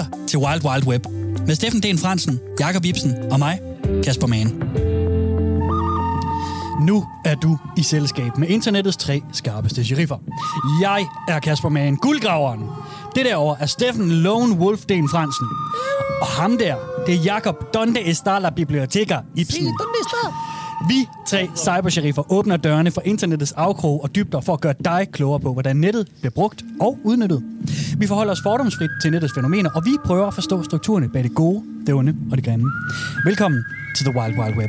lytter til Wild Wild Web med Steffen D. Fransen, Jakob Ibsen og mig, Kasper Mann. Nu er du i selskab med internettets 3 skarpeste sheriffer. Jeg er Kasper Mann, guldgraveren. Det derovre er Steffen Lone Wolf D. Fransen. Og ham der, det er Jakob Donde está la biblioteca Ibsen. Vi 3 cybersheriffer åbner dørene for internettets afkrog og dybder for at gøre dig klogere på, hvordan nettet bliver brugt og udnyttet. Vi forholder os fordomsfrit til nettets fænomener, og vi prøver at forstå strukturerne bag det gode, det onde og det grimme. Velkommen til The Wild Wild Web.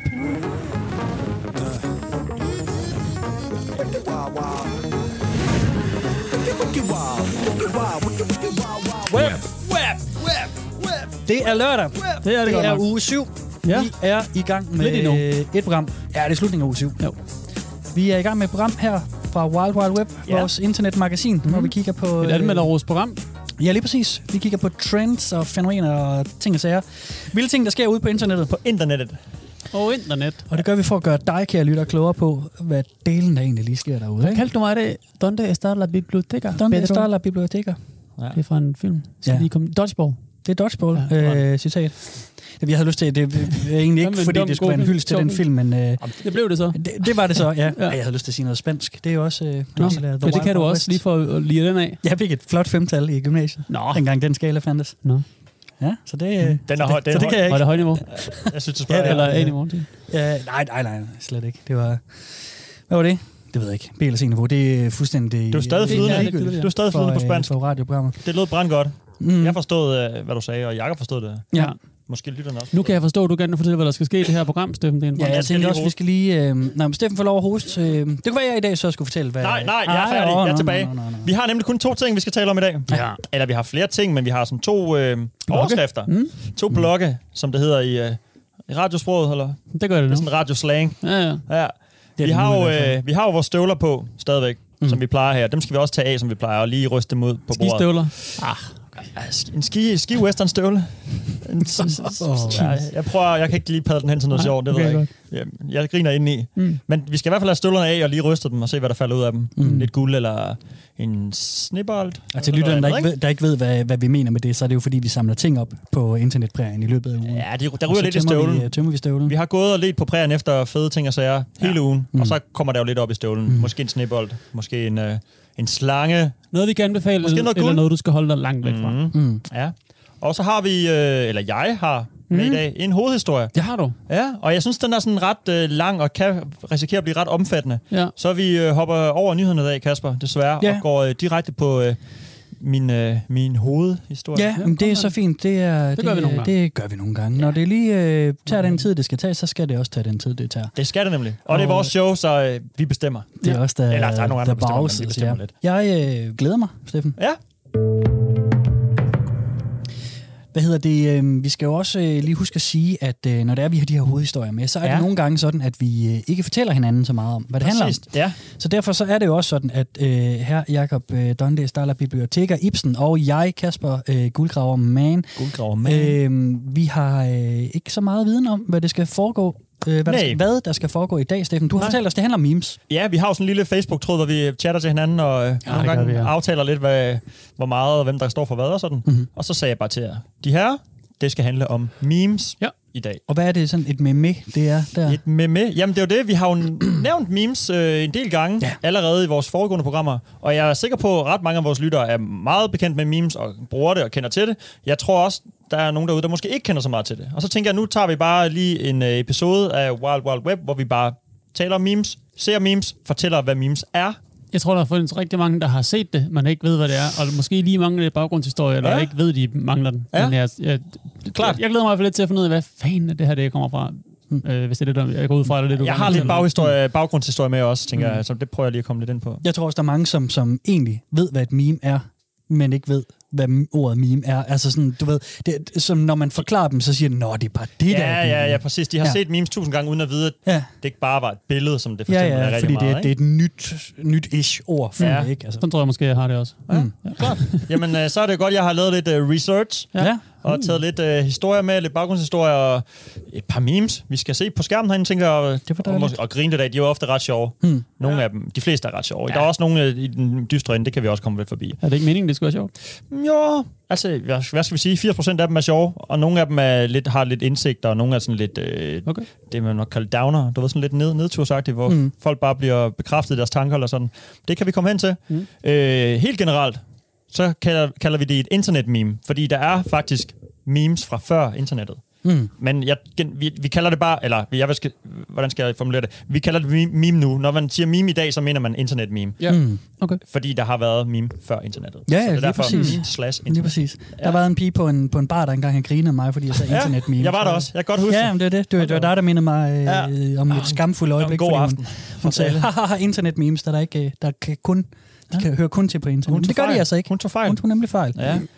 Web. Det er lørdag. Det er uge 7. Ja. Vi er i gang med et program. Ja, det er slutningen af uge 7. Jo. Vi er i gang med et program her fra Wild Wild Web, vores internetmagasin, hvor vi kigger på... Et anmelderros program. Ja, lige præcis. Vi kigger på trends og fænomener og ting og sager. Hvilke ting, der sker ude på internettet. På internettet. Og internet. Og det gør vi for at gøre dig, kære lytter, klogere på, hvad delen der egentlig lige sker derude. Hvad kaldte du mig det? Donde está la biblioteca? Donde está la biblioteca. Ja. Det er fra en film. Ja. Dodgeball. Det er Dodgeball, citat. Jeg havde lyst til, det er egentlig ikke, fordi det skulle være en hyldest til den film, men... det blev det så. Det var det så, ja. Jeg havde lyst til at sige noget spansk. Det er jo også... det kan du også, lige for at lide den af. Jeg fik et flot 5-tal i gymnasiet, dengang den skala fandtes. Ja, så det... Den er høj. Så det kan jeg ikke. Var det højniveau? Jeg synes, du spørger. Eller A-niveau? Nej, slet ikke. Det var... Hvad var det? Det ved jeg ikke. B eller C-niveau. Det er fuldstændig... Du er stadig flydende. Du er stadig flydende på spansk. For radioprogrammer. Det lød brandgodt. Jeg forstod, hvad du sagde, og Jakob forstod det. Ja. Måske lytterne også. Nu kan jeg forstå, at du gerne vil fortælle, hvad der skal ske i det her program, Steffen. Det jeg tænker også, vi skal lige... Steffen får lov at hoste. Det kunne være, jeg i dag så skulle fortælle, hvad... Nej, jeg er færdig. Jeg er tilbage. Vi har nemlig kun 2 ting, vi skal tale om i dag. Ja. Eller vi har flere ting, men vi har sådan 2 overskrifter. 2 blogge, som det hedder i radiosproget, eller? Det gør det nu. Det er sådan radioslang. Ja. Vi har jo vores støvler på, stadigvæk, som vi plejer her. Dem skal vi også tage af, som vi plejer, og lige ryste dem ud på bordet. Skistøvler. En ski-western støvle. Jeg kan ikke lige padle den hen til noget sjovt, det ved jeg ikke. Jeg griner indeni. Men vi skal i hvert fald have støvlerne af og lige ryste dem og se, hvad der falder ud af dem. Lidt guld eller en snebold. Og til lytterne, der ikke ved, hvad vi mener med det, så er det jo fordi, vi samler ting op på internetprærien i løbet af ugen. Ja, der ryger lidt i støvlen. Tømmer vi støvlen. Vi har gået og let på prærien efter fede ting og sager hele ugen, og så kommer der jo lidt op i støvlen. Måske en snebold, måske en slange. Noget, vi kan anbefale, eller noget, du skal holde dig langt væk fra. Ja. Og så har vi, eller jeg har med i dag, en hovedhistorie. Det har du. Ja, og jeg synes, den er sådan ret lang og kan risikere at blive ret omfattende. Ja. Så vi hopper over nyhederne i dag, Kasper, desværre, og går direkte på min hovedhistorie. Ja, men det er så fint. Det gør vi nogle gange. Når det lige tager den tid, det skal tage, så skal det også tage den tid, det tager. Det skal det nemlig. Og det er vores show, så vi bestemmer. Det er også der, eller der er nogle andre, der bestemmer, men vi bestemmer lidt. Jeg glæder mig, Steffen. Ja. Hvad hedder det? Vi skal jo også lige huske at sige, at når det er, vi har de her hovedhistorier med, så er det nogle gange sådan, at vi ikke fortæller hinanden så meget om, hvad det handler om. Ja. Så derfor så er det jo også sådan, at her Jakob Donde está la biblioteca Ibsen og jeg, Kasper Guldgraver Mann, vi har ikke så meget viden om, hvad det skal foregå. Hvad der skal foregå i dag, Steffen. Du har fortalt os, det handler om memes. Ja, vi har jo sådan en lille Facebook-tråd, hvor vi chatter til hinanden og nogle gange aftaler lidt, hvor meget og hvem der står for hvad og sådan. Og så sagde jeg bare til jer, de her, det skal handle om memes i dag. Og hvad er det sådan et meme, det er der? Et meme? Jamen det er jo det, vi har jo nævnt memes en del gange allerede i vores foregående programmer. Og jeg er sikker på, at ret mange af vores lyttere er meget bekendt med memes og bruger det og kender til det. Jeg tror også, der er nogen derude, der måske ikke kender så meget til det. Og så tænker jeg, nu tager vi bare lige en episode af Wild Wild Web, hvor vi bare taler om memes, ser memes, fortæller, hvad memes er. Jeg tror, der er fundet rigtig mange, der har set det, men ikke ved, hvad det er. Og måske lige mangler det baggrundshistorie, eller ikke ved, de mangler den. Ja. Men jeg glæder mig lidt til at finde ud af, hvad fanden er det her, det kommer fra. Hvis det er det, jeg går ud fra. Eller det, jeg har lidt baggrundshistorie med også, tænker jeg. Så det prøver jeg lige at komme lidt ind på. Jeg tror også, der er mange, som egentlig ved, hvad et meme er, men ikke ved, hvad ordet meme er. Altså sådan, du ved, det, som når man forklarer dem, så siger de, nå, det er bare det der. Ja, præcis. De har set memes 1000 gange, uden at vide, at det ikke bare var et billede, som det for eksempel er rigtig fordi meget. Det er et nyt-ish ord for det, ikke? Altså. Sådan tror jeg måske, jeg har det også. Klart. Jamen, så er det godt, jeg har lavet lidt research. Ja. og taget lidt historie med, lidt baggrundshistorie og et par memes, vi skal se på skærmen herinde, tænker jeg, og grine lidt af. De er jo ofte ret sjove. Nogle af dem, de fleste er ret sjove. Der er også nogle i den dystre ende, det kan vi også komme lidt forbi. Er det ikke meningen, det skal være sjovt? Jo, altså, hvad skal vi sige? 80% af dem er sjove, og nogle af dem har lidt indsigt, og nogle er sådan lidt, det man nok kalder downer, du ved, sådan lidt nedtursagtigt, hvor folk bare bliver bekræftet i deres tanker eller sådan. Det kan vi komme hen til. Helt generelt, så kalder vi det et internet-meme, fordi der er faktisk memes fra før internettet. Men vi kalder det bare, eller hvordan skal jeg formulere det? Vi kalder det meme nu. Når man siger meme i dag, så mener man internet-meme. Ja. Okay. Fordi der har været meme før internettet. Ja, så det er lige derfor præcis. meme/internet. Lige præcis. Der var en pige på en bar, der engang havde grinet af mig, fordi jeg sagde internet-meme. Jeg var der også. Jeg kan godt huske det. Det var der mindede mig om et skamfuldt øjeblik. God aften. Hun sagde, haha, internet-memes, der kan kun... De kan høre kun til på internet. Det gør de altså ikke. Hun tog fejl. Hun tog nemlig fejl.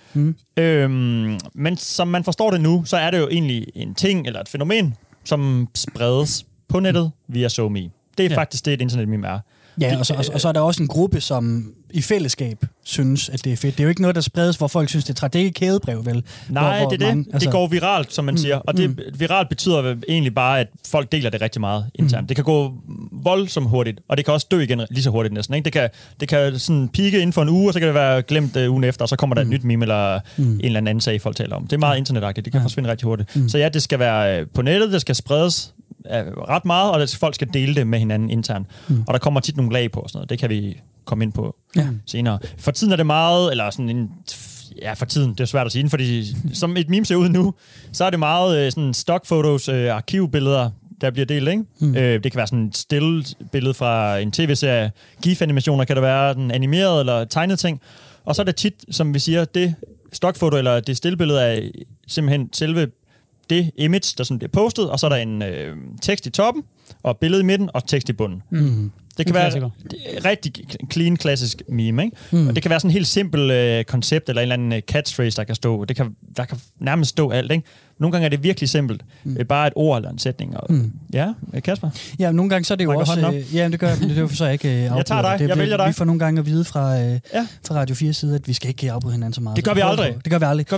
Ja. Men som man forstår det nu, så er det jo egentlig en ting eller et fænomen, som spredes på nettet via SoMe. Det er faktisk det, et internet-meme er. Ja, og så er der også en gruppe, som i fællesskab synes, at det er fedt. Det er jo ikke noget, der spredes, hvor folk synes, det er træt. Det er ikke kædebrev, vel? Nej, det er det. Det går viralt, som man siger. Og det viralt betyder egentlig bare, at folk deler det rigtig meget internt. Det kan gå voldsomt hurtigt, og det kan også dø igen lige så hurtigt næsten. Ikke? Det kan sådan pike inden for en uge, og så kan det være glemt ugen efter, og så kommer der et nyt meme eller en eller anden sag, folk taler om. Det er meget internetagtigt. Det kan forsvinde rigtig hurtigt. Så ja, det skal være på nettet, det skal spredes ret meget, og folk skal dele det med hinanden internt. Og der kommer tit nogle lag på og sådan noget. Det kan vi komme ind på senere. For tiden er det meget, eller sådan en... Ja, for tiden, det er svært at sige, fordi som et meme ser ud nu, så er det meget sådan stockfotos, arkivbilleder, der bliver delt, ikke? Det kan være sådan et stille billede fra en tv-serie. GIF-animationer kan der være, den animeret eller tegnet ting. Og så er det tit, som vi siger, det stockfoto eller det stillbillede er simpelthen selve det image, der sådan bliver postet, og så er der en tekst i toppen, og billede i midten, og tekst i bunden. Det kan være rigtig clean, klassisk meme, ikke? Og det kan være sådan en helt simpel koncept, eller en eller anden catchphrase, der kan stå. Der kan nærmest stå alt, ikke? Nogle gange er det virkelig simpelt. Bare et ord eller en sætning. Og, ja, Kasper? Ja, nogle gange så er det jo også... Ja, det gør jeg. Det er jo så ikke afbryder. Jeg tager dig. Jeg vælger dig. Vi får nogle gange at vide fra Radio 4 side, at vi skal ikke afbryde hinanden så meget. Det gør vi aldrig. Det gør vi aldrig.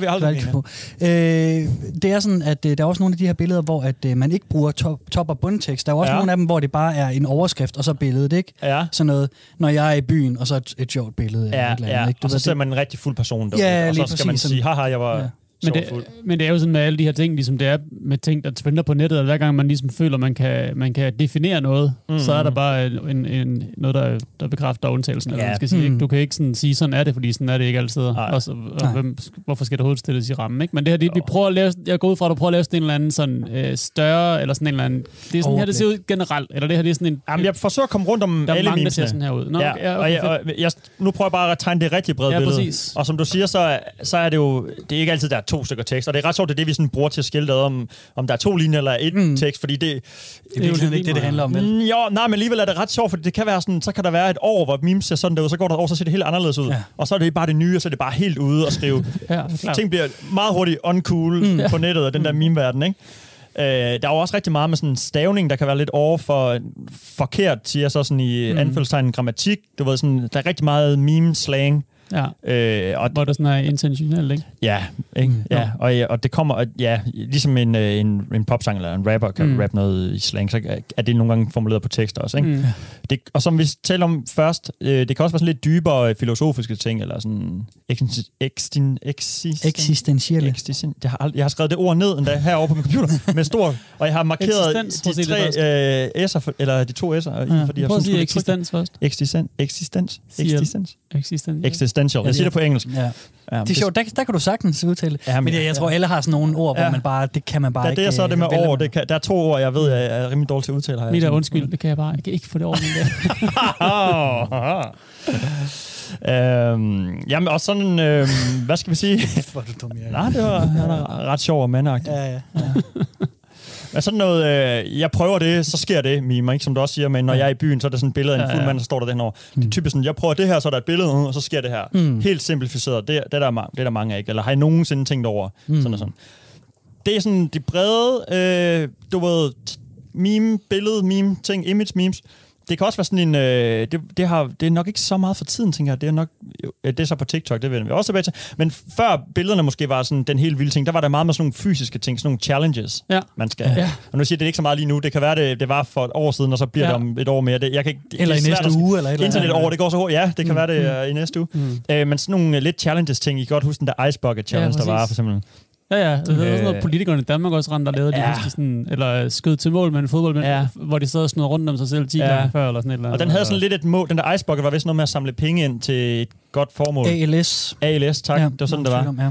Det er sådan, at der er også nogle af de her billeder, hvor at man ikke bruger top- og bundtekst. Der er også nogle af dem, hvor det bare er en overskrift, og så billedet, ikke? Ja. Sådan noget, når jeg er i byen, og så et sjovt billede. Ja, eller et eller andet, ikke? Og så ser man en rigtig fuld person derude, ja, og så skal man sige, haha, jeg var... Ja. Men det er jo sådan med alle de her ting, ligesom det er med ting, der trender på nettet, og hver gang man ligesom føler, man kan definere noget, så er der bare noget, der bekræfter undtagelsen. Eller man skal sige, du kan ikke sådan sige, sådan er det, fordi sådan er det ikke altid. Hvorfor skal det overhovedet stilles i rammen? Ikke? Men det her, vi prøver at lave, jeg går ud fra, at du prøver at lave sådan en eller anden sådan, større, eller sådan en eller anden... Det er sådan her, det ser ud generelt, eller det her, det er sådan en... Jamen, jeg forsøger at komme rundt om alle memesene. Der ser sådan her ud. Nå, nu prøver jeg bare at tegne det rigtig brede billede. Præcis. Og som du siger, så er det jo... Det er ikke altid, der er 2 stykker tekst, og det er ret sjovt, det er det, vi sådan bruger til at skille om der er 2 linjer eller et tekst, fordi det er jo ikke det handler om, vel? Jo, nej, men alligevel er det ret sjovt, fordi det kan være sådan, så kan der være et år, hvor memes ser sådan der ud, så går der et år, så ser det helt anderledes ud. Og så er det bare det nye, og så er det bare helt ude at skrive. Ting bliver meget hurtigt uncool på nettet og den der meme-verden, ikke? Der er jo også rigtig meget med sådan stavning, der kan være lidt over for forkert, siger så sådan i anførselstegn grammatik. Du ved, sådan, der er rigtig meget meme-slang. Ja, og hvor det sådan er intentionelt, ikke? Ja, ikke? Ja. Og det kommer, ligesom en popsang eller en rapper kan rappe noget i slang, så er det nogle gange formuleret på tekster også, ikke? Og som vi talte om først, det kan også være sådan lidt dybere filosofiske ting, eller sådan eksistentielle. Jeg har skrevet det ord ned endda herovre på min computer med stor, og jeg har markeret de 3 s'er, eller de 2 s'er. Prøv at sige eksistens først. Eksistens. Existential. Jeg siger det på engelsk. Ja, det er sjovt, der kan du sagtens udtale. Ja, men jeg tror, alle har sådan nogle ord, hvor man bare, det kan man bare ikke... Det er så det med ord. Der er 2 ord, jeg ved, jeg er rimelig dårlig til at udtale. Mit er undskyld, det kan jeg bare. Jeg kan ikke få det over med det. Jamen, og sådan, hvad skal vi sige? Nej, det var ret sjovt og mandagtigt. Ja. Men sådan noget, jeg prøver det, så sker det, meme, ikke? Som du også siger, men når jeg er i byen, så er der sådan et billede af en fuld mand, så står der henover. Det er typisk sådan, jeg prøver det her, så er der et billede, og så sker det her. Helt simplificeret. Det er der mange af, ikke? Eller har I nogensinde tænkt over sådan og sådan? Det er sådan de brede, du ved, meme, billede, meme, ting, image memes. det kan også være sådan en... det er nok ikke så meget for tiden, tænker jeg. Det er nok... Det er så på TikTok, det vender vi også tilbage til. Men før billederne måske var sådan den helt vilde ting, der var der meget med sådan nogle fysiske ting, sådan nogle challenges, man skal... Ja. Og nu siger det ikke så meget lige nu. Det kan være, det var for et år siden, og så bliver det om et år mere. Jeg kan ikke, eller i næste uge, eller et eller andet. Internet-år, det går så hurtigt. Ja, det kan være det i næste uge. Men sådan nogle lidt challenges-ting. I kan godt huske den der Ice Bucket Challenge, der var for eksempel. Ja. Det er sådan noget, politikerne i Danmark også rendte og lavede, de sådan, eller skød til mål med en fodbold, hvor de sad og snød rundt om sig selv 10 gange før, eller sådan et eller andet. Og den havde sådan lidt et mål, den der Ice Bucket var vist noget med at samle penge ind til et godt formål. ALS, tak. Det var sådan, det var.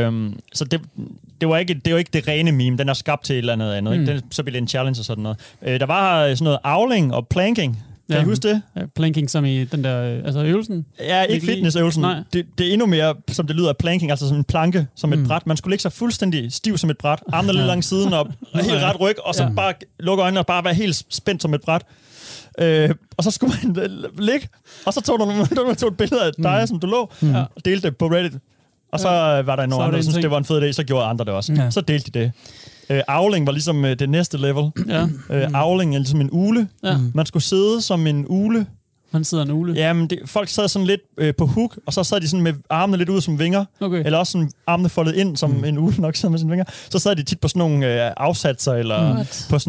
Så det var ikke det rene meme, den er skabt til et eller andet. Ikke? Så blev det en challenge og sådan noget. Der var sådan noget avling og planking. Kan I huske det? Ja, planking som i den der, altså øvelsen? Ja, ikke fitnessøvelsen. Det er endnu mere, som det lyder af planking, altså som en planke, som et bræt. Man skulle ligge sig fuldstændig stiv som et bræt, armene lidt langt siden og helt ret ryg, og så bare lukke øjnene og bare være helt spændt som et bræt. Og så skulle man ligge, og så tog du et billede af dig, som du lå, og delte det på Reddit. Og så var der nogen andre, der syntes, det var en fed idé, så gjorde andre det også. Så delte de det. Avling var ligesom det næste level. Avling er ligesom en ugle. Man skulle sidde som en ugle. Man sidder en ugle? Jamen, folk sad sådan lidt på hook, og så sad de sådan med armene lidt ud som vinger. Okay. Eller også sådan armene foldet ind, som en ugle nok sad med sine vinger. Så sad de tit på sådan nogle afsatser, eller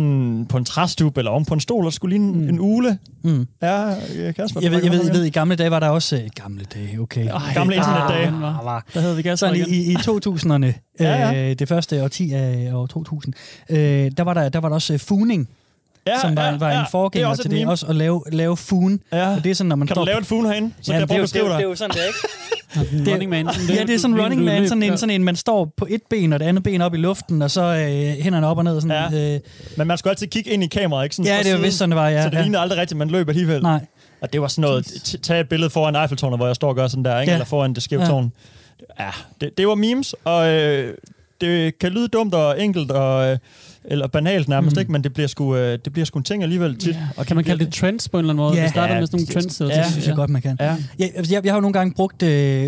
på en træstup, eller om på en stol, og skulle ligne en ugle. Ja, Kasper. Jeg ved, i gamle dage var der også... Gamle dage, okay. Gamle internetdage. Der havde vi Kasper igen. I 2000'erne, det første årti af år 2000, der var der også funing. Som var en forgænger til det, også at lave fun. Og det er sådan, når man kan du lave en fun herinde? Så kan jeg prøve at beskrive dig. Det er jo sådan, det er, ikke? Running man. Det er sådan running man, sådan en, man står på et ben, og det andet ben op i luften, og så hænderne op og ned. Sådan, men man skulle altid kigge ind i kameraet, ikke? Sådan det var vist sådan, det var, så det ligner aldrig rigtigt, man løber alligevel. Nej. Og det var sådan noget, tag et billede foran Eiffeltårnet, hvor jeg står og gør sådan der, ikke? Eller foran det skæve tårn. Ja, det var memes, og det kan lyde dumt og enkelt og... eller banalt nærmest, ikke? Men det bliver sgu en ting alligevel tit. Og kan man kalde det trends på en eller anden måde? Det starter med sådan nogle trends. Det synes jeg godt, man kan. Jeg har jo nogle gange brugt,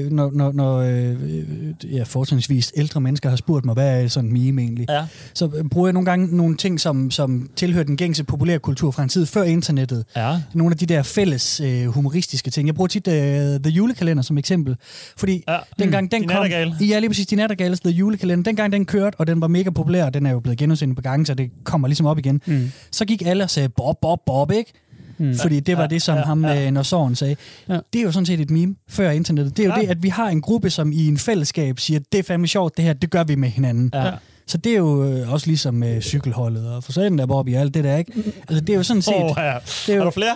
når fortrinsvis ældre mennesker har spurgt mig, hvad er sådan en meme egentlig? Så bruger jeg nogle gange nogle ting, som tilhører den gængse populærkultur fra en tid før internettet. Nogle af de der fælles humoristiske ting. Jeg bruger tit The Julekalender som eksempel. Fordi dengang den kom... Ja, lige præcis, De Nattergales The Julekalender. Dengang den kørte, og den var mega populær, og den er jo blevet genudsendt på gange, så det kommer ligesom op igen. Så gik alle og sagde, Bob, ikke? Fordi det var det, som ham Norsåren sagde. Det er jo sådan set et meme før internettet. Det er jo det, at vi har en gruppe, som i en fællesskab siger, det er fandme sjovt, det her, det gør vi med hinanden. Så det er jo også ligesom cykelholdet og forsøgen der, Bob, i alt det der, ikke? Altså, det er jo sådan set... Det er jo... Har du flere?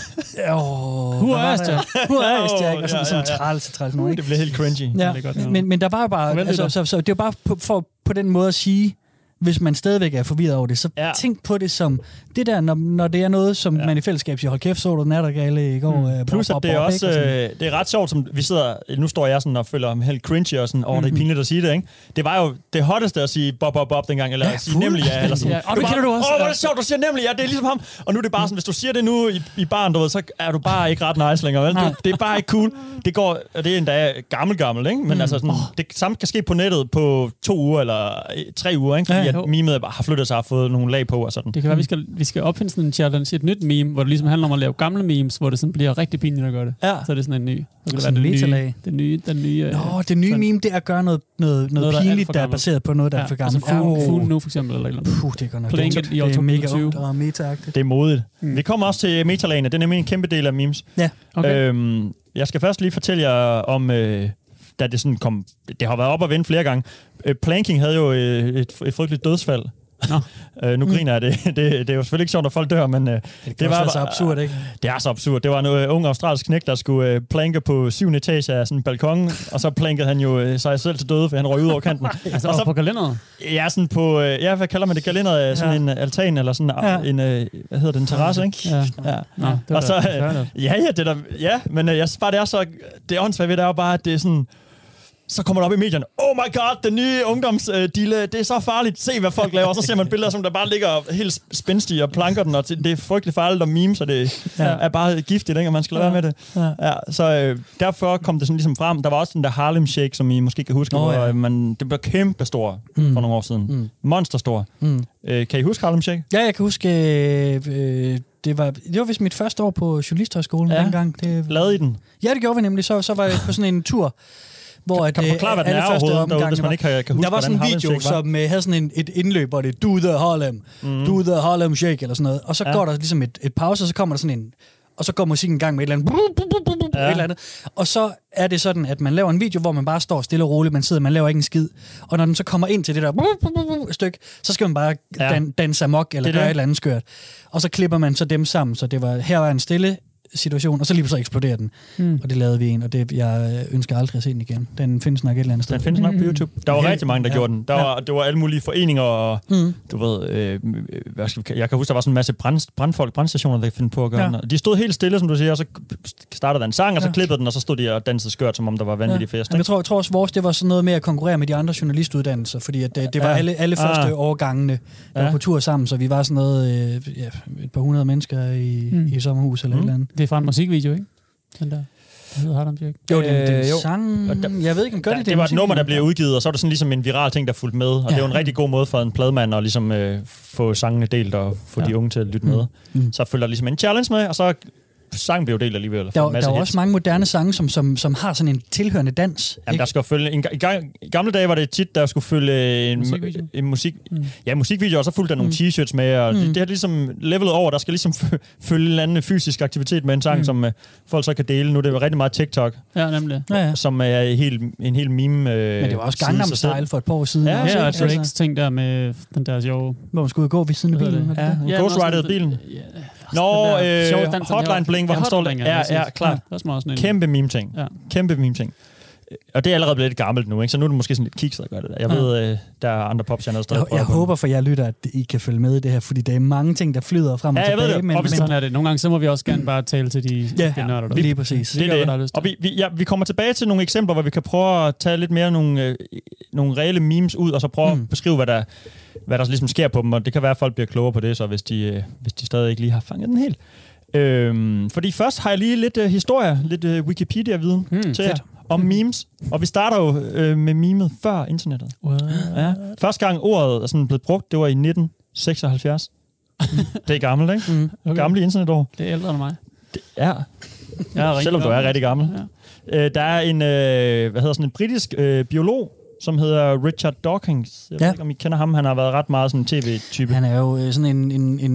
Who asked Jack? Og sådan træls noget, ikke? Det bliver helt cringy. Ja. Men der var jo bare... Altså, så det er jo bare for på den måde at sige... Hvis man stadigvæk er forvirret over det, så tænk på det som det der, når det er noget, som man i fællesskab siger, hold kæft, så du Nattergale i går. Plus, at det er også det er ret sjovt, som vi sidder, nu står jeg sådan og føler mig helt cringy og sådan, det er pinligt at sige det, ikke? Det var jo det hotteste at sige Bob dengang, eller at sige nemlig eller sådan. Og det kender du også. Hvor er det sjovt, du siger nemlig det er ligesom ham. Og nu er det bare sådan, hvis du siger det nu i baren, du ved, så er du bare ikke ret nice længere, vel? Det er bare ikke cool. Det går, og det er endda gammel, ikke? Men altså sådan, det samme kan ske på nettet på 2 uger eller 3 uger, ikke? Fordi at memet har flyttet sig og fået nogle lag på og sådan. Det kan være, vi skal opfinde sådan en challenge, et nyt meme, hvor det ligesom handler om at lave gamle memes, hvor det sådan bliver rigtig pinligt at gøre det. Så er det sådan en ny. Så kan det være den nye. Det nye meme, det er at gøre noget pinligt, der er baseret på noget, der er for gammelt. Fuglen nu for eksempel, eller det er godt nok. Det er mega ungt og meta-agtigt. Det er modigt. Vi kommer også til metalagene. Det er nemlig en kæmpe del af memes. Ja. Okay. Jeg skal først lige fortælle jer om... da det sådan kom... Det har været op og vende flere gange. Planking havde jo et frygteligt dødsfald. Nu griner jeg det. Det er jo selvfølgelig ikke sjovt, at folk dør, men det var så absurd, ikke? Det er så absurd. Det var en ung australsk knægt, der skulle planke på 7. etage af sådan en balkon, og så plankede han jo sig selv til døde, for han røg ud over kanten. Altså og så på galenderet? Ja, sådan på... hvad kalder man det? Galenderet? Sådan en altan, eller sådan en... hvad hedder det? En terrasse, ikke? Ja. Og så... det der... Ja, men jeg synes bare, det er så... Det åndssvagt ved, det er jo bare, at det er sådan... Så kommer der op i medierne, oh my god, den nye ungdomsdille, det er så farligt, se hvad folk laver, og så ser man billeder, som der bare ligger helt spændstige og planker den, og det er frygteligt farligt og meme, så det er bare giftigt, ikke, og man skal lade være med det. Så derfor kom det sådan ligesom frem, der var også den der Harlem Shake, som I måske kan huske, hvor det blev kæmpe stor for nogle år siden. Monsterstor. Kan I huske Harlem Shake? Ja, jeg kan huske... det var vist mit første år på Journalisthøjskolen dengang. Lavede I den? Ja, det gjorde vi nemlig. Så var jeg på sådan en tur, hvor kan du forklare, hvad den er overhovedet, derude, hvis man ikke kan huske, der var sådan en video, som havde sådan et indløb, hvor det er do the Harlem, do the Harlem Shake, eller sådan noget. Og så går der ligesom et pause, og så kommer der sådan en... Og så går musikken i gang med et eller andet, et eller andet. Og så er det sådan, at man laver en video, hvor man bare står stille og roligt, man laver ikke en skid. Og når den så kommer ind til det der stykke, så skal man bare danse amok, eller gøre et eller andet skørt. Og så klipper man så dem sammen, så det var, her var en stille situation, og så lige så eksploderer den. Og det lavede vi en, og det, jeg ønsker aldrig at se den igen. Den findes nok et eller andet sted. Den findes nok på YouTube. Der var rigtig mange, der gjorde den. Det var alle mulige foreninger, og du ved, jeg kan huske, der var sådan en masse brandstationer, der fandt på at gøre den. De stod helt stille, som du siger, og så startede der en sang, og så klippede den, og så stod de og dansede skørt, som om der var vanvittig fest. Jeg tror også, vores det var sådan noget med at konkurrere med de andre journalistuddannelser, fordi at det var alle første årgangene, der var på tur sammen, så vi var sådan noget, et par hundrede mennesker i sommerhus eller et eller andet. Det er fra en musikvideo, ikke? Den der. Det hedder Harlem Shake. Jo, den sang... Jeg ved ikke, gør det var et nummer, der blev udgivet, og så var det sådan ligesom en viral ting, der fulgte med. Og det var en rigtig god måde for en plademand at ligesom få sangene delt og få de unge til at lytte med. Så følger der ligesom en challenge med, og så sangen blev delt alligevel. Der er også mange moderne sange, som har sådan en tilhørende dans. Jamen, der skal følge... I gamle dage var det tit, der skulle følge en musikvideo, og så fulgte der nogle t-shirts med, og det har ligesom levelet over. Der skal ligesom følge en eller anden fysisk aktivitet med en sang, som folk så kan dele. Nu er det rigtig meget TikTok. Ja, nemlig. Som er en helt meme. Men det var også Gangnam Style for et par år siden. Ja, og Drake's ting der med den der sjove... Hvor man skulle gå ved siden af bilen. Ja, ghostridede bilen. Hotline Bling, hvor han står... Ja, klart. Kæmpe meme-ting. Kæmpe meme-ting. Og det er allerede blevet lidt gammelt nu, ikke? Så nu er det måske sådan lidt kikset at gøre det der. Jeg ved, der er andre popstjerner stadig. Jeg håber for jer lytter, at I kan følge med i det her, fordi der er mange ting, der flyder frem og tilbage. Jeg ved det. Men sådan er det. Nogle gange så må vi også gerne bare tale til de nørder. Lige præcis. Det er det. Og vi kommer tilbage til nogle eksempler, hvor vi kan prøve at tage lidt mere nogle reelle memes ud, og så prøve at beskrive, hvad der ligesom sker på dem. Og det kan være, at folk bliver klogere på det, så hvis de stadig ikke lige har fanget den helt. Fordi først har jeg lige lidt historie, lidt Wikipedia-viden til jer om memes. Og vi starter jo med memet før internettet. Ja. Første gang ordet er sådan blevet brugt, det var i 1976. Det er gammelt, ikke? Gamle internetår. Det er ældre end mig. Selvom du er rigtig gammel. Ja. Der er en britisk biolog, som hedder Richard Dawkins. Jeg ved ikke, om I kender ham. Han har været ret meget sådan en tv-type. Han er jo sådan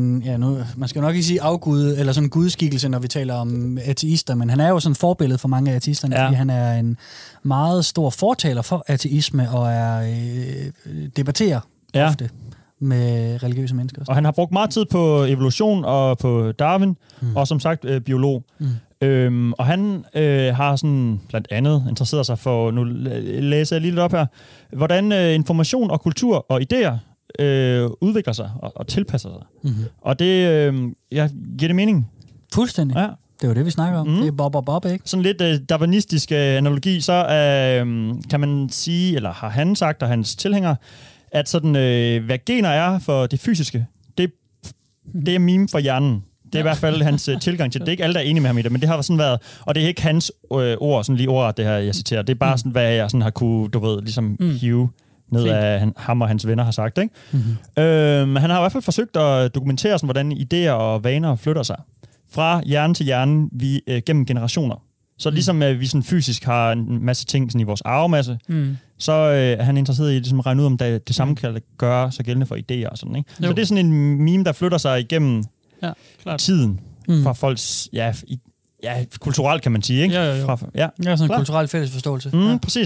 man skal jo nok ikke sige afgud, eller sådan en gudskikkelse, når vi taler om ateister, men han er jo sådan et forbillede for mange af ateisterne, fordi han er en meget stor fortaler for ateisme, og debatterer ofte med religiøse mennesker. Og han har brugt meget tid på evolution og på Darwin, og som sagt biolog. Og han har sådan blandt andet interesseret sig for, nu læser jeg lige lidt op her, hvordan information og kultur og idéer udvikler sig og tilpasser sig. Og det giver det mening. Fuldstændig. Ja. Det er jo det, vi snakker om. Det er bob, ikke? Sådan lidt darwinistisk analogi, så kan man sige, eller har han sagt, og hans tilhængere, at sådan, hvad gener er for det fysiske, det er meme for hjernen. Det er i hvert fald hans tilgang til det. Det er ikke alle, der er enige med ham i det, men det har sådan været, og det er ikke hans ord, sådan lige ordret, det her, jeg citerer. Det er bare sådan, hvad jeg sådan har kunne, du ved, ligesom hive ned af ham og hans venner har sagt, ikke? Han har i hvert fald forsøgt at dokumentere, sådan, hvordan idéer og vaner flytter sig fra hjerne til hjerne gennem generationer. Så ligesom vi sådan fysisk har en masse ting sådan i vores arvemasse, så er han interesseret i ligesom at regne ud, om det samme kan gøre sig gældende for idéer og sådan, ikke? Så det er sådan en meme, der flytter sig igennem tiden fra folks, kulturelt kan man sige, ikke? Jo. Sådan en kulturel fælles forståelse. Præcis.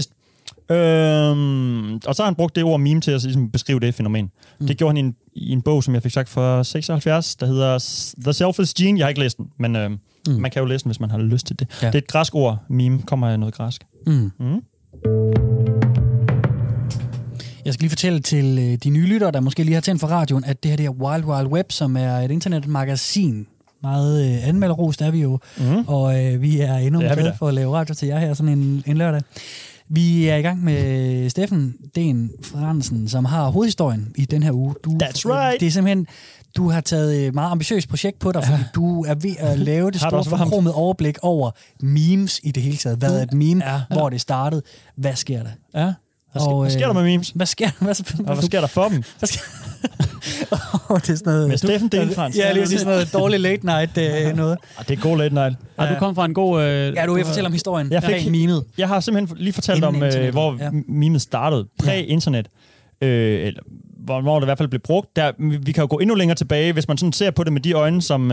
Og så har han brugt det ord meme til at ligesom beskrive det fænomen. Det gjorde han i en bog, som jeg fik sagt for 76, der hedder The Selfish Gene. Jeg har ikke læst den, men man kan jo læse den, hvis man har lyst til det. Ja. Det er et græsk ord. Meme kommer af noget græsk. Jeg skal lige fortælle til de nye lyttere, der måske lige har tændt for radioen, at det her er Wild Wild Web, som er et internetmagasin. Meget anmelderost er vi jo, og vi er enormt glade for at lave radio til jer her sådan en lørdag. Vi er i gang med Steffen Den Fransen, som har hovedhistorien i den her uge. That's right! Det er simpelthen, du har taget et meget ambitiøst projekt på dig, fordi du er ved at lave det store forkromede overblik over memes i det hele taget. Hvad er et meme? Hvor det startede? Hvad sker der? Ja. Hvad sker der med memes? Hvad sker der for dem? det er sådan noget... Med Steffen Denfrans. Ja, lige sådan noget dårligt late night noget. Det er god late night. Du kom fra en god... Ja, du vil fortælle om historien. Jeg har simpelthen lige fortalt om, hvor memet startede. Præ-internet. Eller hvor det i hvert fald blev brugt. Vi kan jo gå endnu længere tilbage, hvis man sådan ser på det med de øjne, som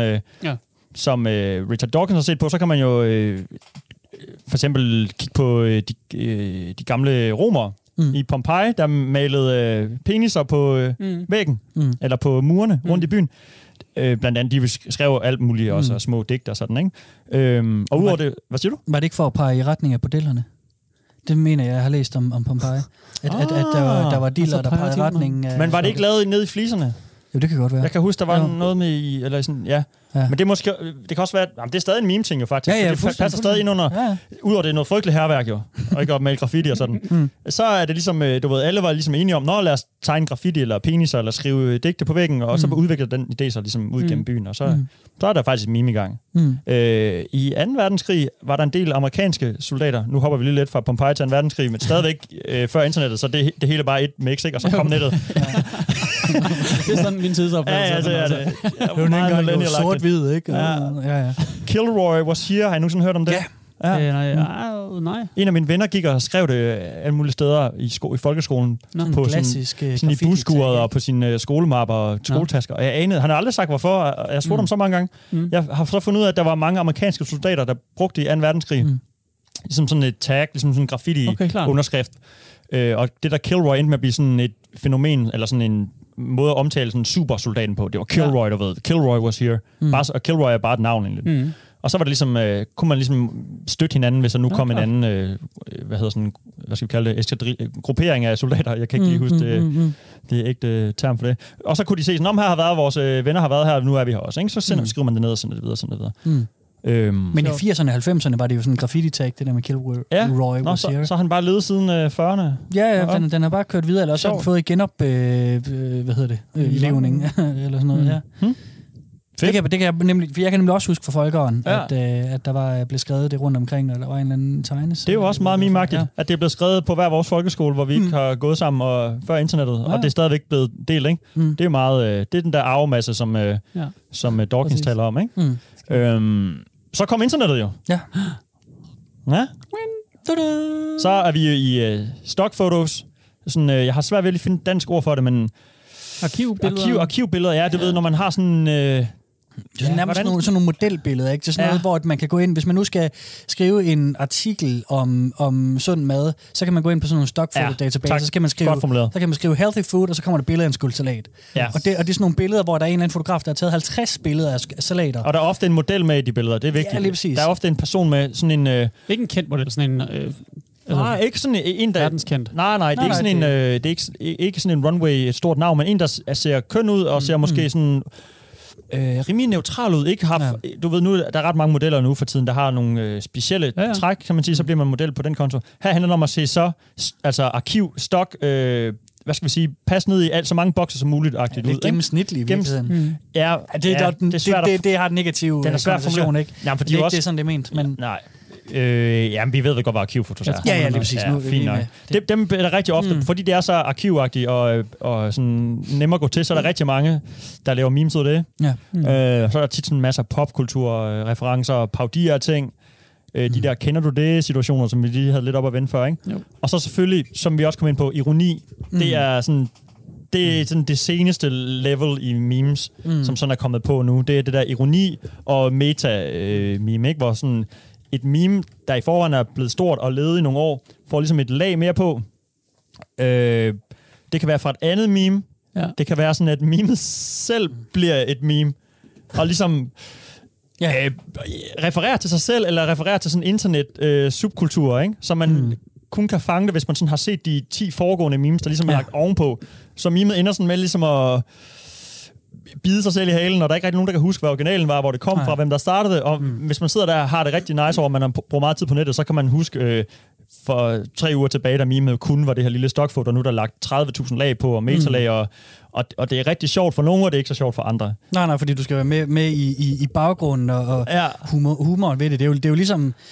Richard Dawkins har set på, så kan man jo for eksempel kigge på de gamle romere i Pompeji, der malede peniser på væggen, eller på murene rundt i byen. Blandt andet, de skrev alt muligt, også små digter og sådan, ikke? Og udover det... Hvad siger du? Var det ikke for at pege i retning af bordellerne? Det mener jeg har læst om Pompeji. At der var dealer, der pegede i retning af... Men var det ikke lavet ned i fliserne? Jo, det kan godt være. Jeg kan huske, der var noget med i... Eller sådan, ja. Men det, det kan også være... Jamen, det er stadig en meme-ting jo, faktisk. Ja, det passer stadig ind under... Ja. Udover det er noget frygteligt herværk jo. Og ikke opmale graffiti og sådan. Så er det ligesom... Du ved, alle var ligesom enige om, lad os tegne graffiti eller peniser, eller skrive digte på væggen, og så udvikler den idé sig ligesom ud gennem byen. Og så er der faktisk en meme i gang. I 2. verdenskrig var der en del amerikanske soldater. Nu hopper vi lige lidt fra Pompeji til 2. verdenskrig, men stadigvæk før internettet, så det hele bare et mix, ikke? Og så kom nettet. Det er sådan min tidsopfattelse. Ja, det er det. Det er jo sort-hvid, ikke? Ja. Kilroy was here. Har I nogensinde hørt om det? Ja. Nej. En af mine venner gik og skrev det alle mulige steder i folkeskolen. På sådan i busskuret og på sine skolemapper og skoletasker. Og jeg anede, han har aldrig sagt hvorfor, og jeg spurgte ham så mange gange. Jeg har så fundet ud af, at der var mange amerikanske soldater, der brugte i 2. verdenskrig. Ligesom sådan et tag, ligesom sådan en graffiti-underskrift. Og det der Kilroy endte med at blive sådan et fænomen, eller sådan en måde at omtale sådan supersoldaten på. Det var Kilroy, du ved. Kilroy was here. Og Kilroy er bare et navn egentlig. Og så var det ligesom, kunne man ligesom støtte hinanden, hvis der nu kom en anden, hvad skal vi kalde det, gruppering af soldater. Jeg kan ikke lige huske det er ikke term for det. Og så kunne de se sådan, her har været vores venner har været her, nu er vi her også. Ikke? Så skriver man det ned og sådan det videre. Men i 80'erne og 90'erne var det jo sådan en graffiti-tag, det der med Kilroy was here. Så har han bare levet siden 40'erne? Ja, den har bare kørt videre, eller også har fået levning, eller sådan noget, Det kan jeg nemlig, jeg kan nemlig også huske fra folkeåren, at der var blevet skrevet det rundt omkring, eller der var en eller anden tegnes. Det er jo også meget mimagtigt, at det er blevet skrevet på hver vores folkeskole, hvor vi ikke har gået sammen før internettet, og det er stadigvæk blevet delt, ikke? Det er meget, det er den der arvemasse, som Dawkins taler om, ikke? Så kom internettet jo. Ja. Så er vi i stockfotos. Sådan, jeg har svært ved at finde dansk ord for det, men arkivbilleder, du ved, når man har sådan... Det er nærmest sådan nogle modelbilleder, ikke? Det er sådan noget, hvor man kan gå ind, hvis man nu skal skrive en artikel om sund mad, så kan man gå ind på sådan nogle stockfoto-database, så kan man skrive healthy food, og så kommer der billeder af en skål salat. Ja. Og det er sådan nogle billeder, hvor der er en eller anden fotograf, der har taget 50 billeder af salater. Og der er ofte en model med i de billeder, det er vigtigt. Ja, lige præcis. Der er ofte en person med sådan en... Ikke en kendt model, sådan en... nej, ikke sådan en, der... Verdenskendt. Nej, det er ikke sådan en... Det er ikke sådan en runway, et stort navn, men en, der ser køn ud, og ser måske sådan... rimelig neutral ud. Ikke har, du ved nu, der er ret mange modeller nu for tiden, der har nogle specielle træk, kan man sige, så bliver man model på den konto. Her handler det om at se altså arkiv, stok, hvad skal vi sige, pas ned i alt, så mange bokser som muligt agtigt ud. Det er gennemsnitligt i virkeligheden. Det har den negative konnotation, ikke? Ja, fordi det er også, ikke det, sådan det er ment, men... Nej. Jamen, vi ved vel godt, hvad arkivfotos er. Ja, lige præcis. Ja, fint nok. Dem er der rigtig ofte, fordi det er så arkivagtigt og sådan nemmere at gå til, så er der rigtig mange, der laver memes ud af det. Ja. Så er der tit sådan en masse popkultur, referencer, parodier af ting. De der kender du det-situationer, som vi lige havde lidt op at vende før, ikke? Jo. Og så selvfølgelig, som vi også kom ind på, ironi. Det er sådan... Det er sådan det seneste level i memes, som sådan er kommet på nu. Det er det der ironi og meta-meme, ikke? Hvor sådan et meme, der i forvejen er blevet stort og levet i nogle år, får ligesom et lag mere på. Det kan være fra et andet meme. Ja. Det kan være sådan, at memet selv bliver et meme. Og ligesom refererer til sig selv, eller refererer til sådan internet-subkultur, ikke? Så man kun kan fange det, hvis man sådan har set de 10 foregående memes, der ligesom er lagt ovenpå. Så memet ender sådan med ligesom at bide sig selv i halen, og der er ikke rigtig nogen, der kan huske, hvad originalen var, hvor det kom fra, hvem der startede det. Og hvis man sidder der og har det rigtig nice over, man har brugt meget tid på nettet, så kan man huske for 3 uger tilbage, da memet kun var det her lille stockfoto, og nu er der lagt 30.000 lag på, og metalag, og det er rigtig sjovt for nogen, og det er ikke så sjovt for andre. Nej, fordi du skal være med i baggrunden, og humoren ved det. Det er jo ligesom...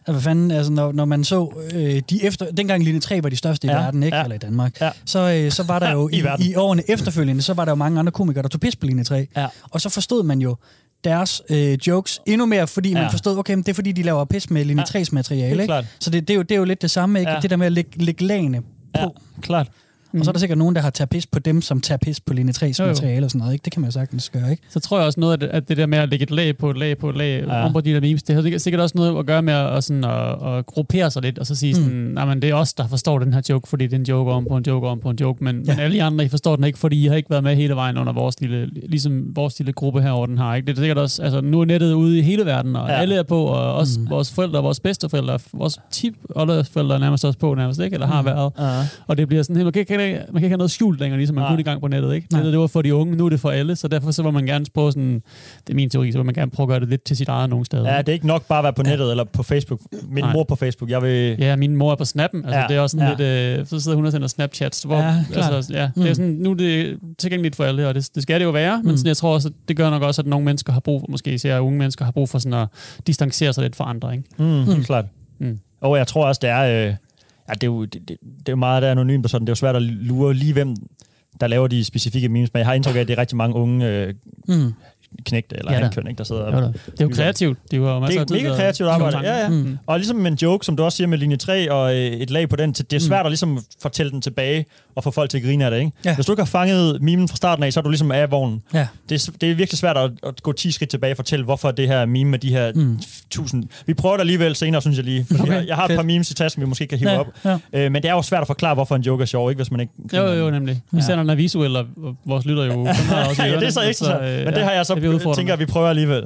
hvad fanden, altså når man så dengang linje 3 var de største i verden, ikke? Eller i Danmark, så var der jo i årene efterfølgende, så var der jo mange andre komikere, der tog pis på linje 3. Ja. Og så forstod man jo deres jokes endnu mere, fordi man forstod, okay, men det er fordi, de laver pis med linje 3's materiale, ikke? Så det er jo lidt det samme, ikke? Det der med at lægge lagene på. Klart. Og så er der sikkert nogen, der har taget pis på dem, som tager pis på linje 3's materiale og sådan noget, ikke? Det kan man jo sagtens gøre, ikke? Så tror jeg også noget, at det der med at lægge et lag på et lag på et lag om på de der memes, det har sikkert også noget at gøre med at gruppere sig lidt, og så sige sådan, nej, men det er os, der forstår den her joke, fordi det er en joke om på en joke om på en joke, men alle andre, I forstår den ikke, fordi I har ikke været med hele vejen under vores lille gruppe herovre, den har, ikke? Det er sikkert også, altså nu er nettet ude i hele verden, og alle er på, og også vores forældre, vores bedsteforældre, vores oldeforældre er nærmest også på, ikke? Eller har været. Og det bliver sådan, man kan ikke have noget skjult længere, ligesom man kunne i gang på nettet, ikke? Det var for de unge, nu er det for alle, så derfor så vil man gerne prøve sådan, det er min teori, så vil man gerne prøve at gøre det lidt til sit eget nogle steder. Ja, det er ikke nok bare at være på nettet eller på Facebook. Min mor på Facebook, Ja, min mor er på Snappen, altså det er også sådan lidt, så sidder hun og sender Snapchats, hvor, det er sådan, nu er det tilgængeligt for alle, og det skal det jo være, men sådan, jeg tror også, at det gør nok også, at nogle mennesker har brug for, måske især unge mennesker har brug for sådan at distancere sig lidt fra andre, ikke? Klart. Og jeg tror også, det er... det er jo meget der anonymt og sådan. Det er jo svært at lure lige, hvem der laver de specifikke memes, men jeg har indtryk af, at det er rigtig mange unge knægte eller hankøn, der sidder... Det er jo kreativt. Det er jo masser af tid. Det er mega kreativt arbejde. Ja. Og ligesom med en joke, som du også siger med linje 3 og et lag på den, det er svært at ligesom fortælle den tilbage og få folk til at grine af det, ikke? Ja. Hvis du ikke har fanget memen fra starten af, så er du ligesom af vognen. Ja. Det er virkelig svært at gå 10 skridt tilbage og fortælle, hvorfor det her meme med de her 1000... Vi prøver det alligevel senere, synes jeg lige. Jeg har et par memes i tasken, vi måske kan hive op. Men det er jo svært at forklare, hvorfor en joke er sjov, ikke? Hvis man ikke... Jo, nemlig. Vi sender den visuel, og vores lytter jo... Det er så ikke så. Men det har jeg så tænker, at vi prøver alligevel.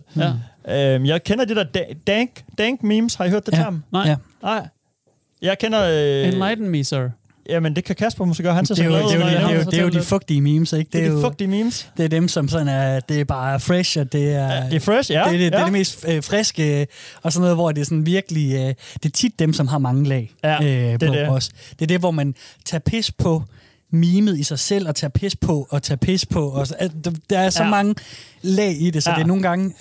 Jeg kender det der dank memes. Har I hørt det term? Nej. Jeg kender... Enlighten me, sir. Jamen, det kan Kasper måske gøre. Han det er jo de fugtige memes, ikke? Det er de fugtige memes. Det er dem, som sådan er... Det er bare fresh, og det er... Det er fresh, ja. Det er det mest friske, og sådan noget, hvor det er sådan virkelig... det er tit dem, som har mange lag på os. Det er det, hvor man tager pis på memet i sig selv, og tager pis på, og tager pis på. Og så, der er så mange lag i det, så det er nogle gange...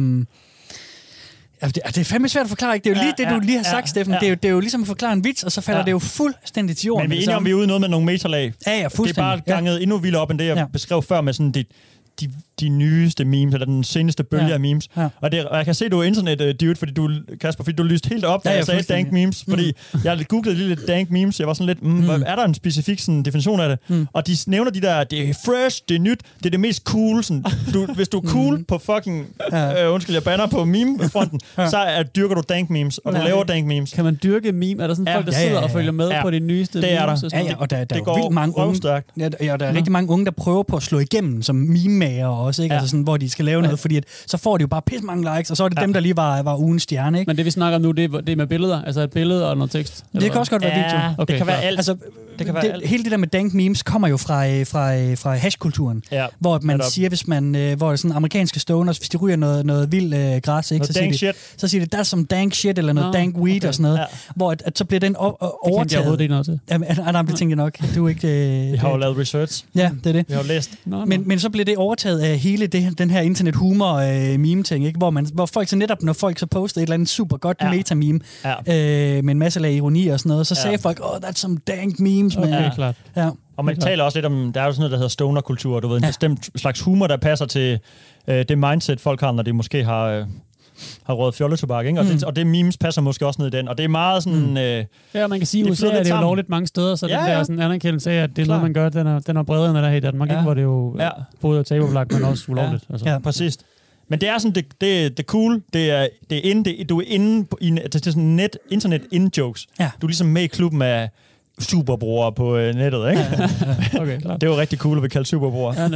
det er fandme svært at forklare, ikke? Det er jo lige det, du lige har sagt, Steffen. Det er jo ligesom at forklare en vits, og så falder det jo fuldstændig til jorden. Men vi er enige om, vi er ude noget med nogle metalag. Ja, fuldstændig. Det er bare ganget endnu vildere op, end det, jeg beskrev før med sådan de nyeste memes, eller den seneste bølge af memes. Ja. Og jeg kan se, at du er internet-dude, fordi du lyste helt op, da jeg sagde dank memes, fordi jeg googlede lige lidt dank memes, jeg var sådan lidt, er der en specifik sådan, definition af det? Og de nævner de der, det er fresh, det er nyt, det er det mest cool. Sådan, hvis du er cool på fucking, undskyld, jeg banner på meme-fronten, så dyrker du dank memes, og du laver dank memes. Kan man dyrke meme? Er der sådan folk, der sidder og følger med på de nyeste det memes? Det er der. Og der er jo vildt mange unge, der er rigtig mange unge, der prøver på at slå igennem som meme-mager også, ikke? Altså sådan, hvor de skal lave noget, fordi at, så får de jo bare pisse mange likes, og så er det dem, der lige var ugens stjerne, ikke? Men det vi snakker om nu, det er med billeder, altså et billede og noget tekst? Det kan også godt være video. Okay, det kan være alt. Altså, hele det der med dank memes kommer jo fra hashkulturen, hvor man siger, hvis man, hvor det sådan amerikanske stoners, hvis de ryger noget vild græs, ikke? Så siger det, der er som dank shit, eller noget dank weed og sådan noget, hvor at så bliver den overtaget. Det kendte jeg overhovedet ikke noget til. Nej, det tænker jeg nok. Du er ikke... Vi har jo lavet research. Ja, det er det. Vi har jo læst. Men så bliver det overtaget af hele den her internet-humor-meme-ting, ikke? Hvor folk så netop, når folk så postede et eller andet super godt meta-meme med en masse lag ironi og sådan noget, så sagde folk, that's some dank memes, man. Okay, klart. Ja. Og man taler også lidt om, der er jo sådan noget, der hedder stoner-kultur, du ved, en bestemt slags humor, der passer til det mindset, folk har, når de måske har røget fjolletobak, ikke? Og det memes passer måske også ned i den, og det er meget sådan... ja, man kan sige, at USA er det jo lovligt mange steder, så den der sådan anerkendelse af, at det er noget, man gør, den er bredere, end der er i Danmark, ikke? Hvor det jo både er tabubelagt, men også ulovligt. Altså. Ja, præcis. Men det er sådan, det er cool, det er inde, du er inde i det er sådan internet in-jokes. Ja. Du er ligesom med i klubben af superbrugere på nettet, ikke? Okay, klart. Det er jo rigtig cool at blive kaldt superbrugere. Ja,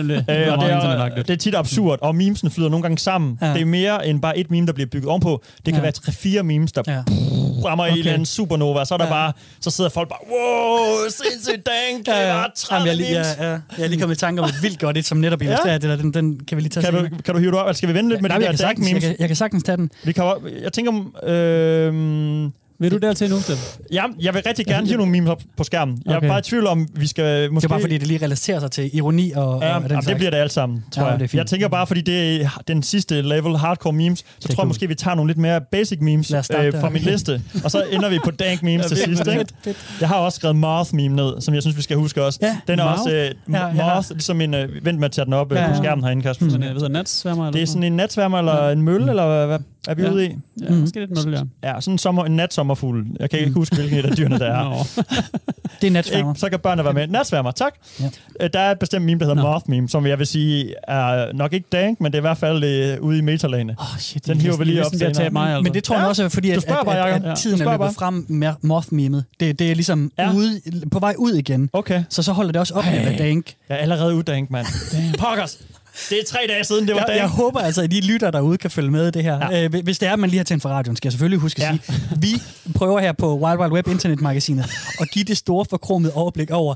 det er tit absurd, og memesene flyder nogle gange sammen. Ja. Det er mere end bare et meme, der bliver bygget ovenpå. Det kan være 3-4 memes, der rammer i en eller anden supernova, så er der bare, så sidder folk bare, wow, sindssygt dank, det var 30 memes. Jeg er lige kommet i tanke om et vildt godt, som netop illustrerer det der, den kan vi lige tage senere. Kan du hive det op? Skal vi vente lidt med de der dank memes? Jeg kan sagtens tage den. Jeg tænker, Vil du dertil nu, Steffen? Ja, jeg vil rigtig gerne hive nogle memes op på skærmen. Jeg er bare i tvivl om, vi skal måske... Det er bare fordi, det lige relaterer sig til ironi og den slags. Det bliver det alt sammen, tror jeg. Jeg tænker bare, fordi det er den sidste level hardcore memes, så tror jeg måske, vi tager nogle lidt mere basic memes fra min liste, og så ender vi på dank memes til sidst. Ikke? Jeg har også skrevet Moth meme ned, som jeg synes, vi skal huske også. Ja, den er også Moth, ligesom en... Vent med at tage den op på skærmen herinde, Kasper. Sådan en natsværmer? Det er sådan en natsværmer eller en mølle, eller hvad er vi ude i? Ja, måske lidt mølle, ja. Sådan en natsommerfugl. Jeg kan ikke huske, hvilken af dyrene der er. Det er natsværmer. Så kan børnene være med. Natsværmer, tak. Ja. Der er et bestemt meme, der hedder Moth meme, som jeg vil sige er nok ikke dank, men det er i hvert fald ude i metalagene. Shit, den hiver vi lige op til. Men det tror jeg også er, fordi at tiden er løbet frem med Moth-memet. Det er ligesom på vej ud igen. Okay. Så holder det også op med at være dank. Jeg er allerede uddank, mand. Pokkers! Det er 3 dage siden, det var dank. Jeg håber altså, at de lytter derude kan følge med i det her. Ja. Hvis det er, at man lige har tændt for radioen, skal jeg selvfølgelig huske at sige, vi prøver her på Wild Wild Web Internetmagasinet at give det store forkromede overblik over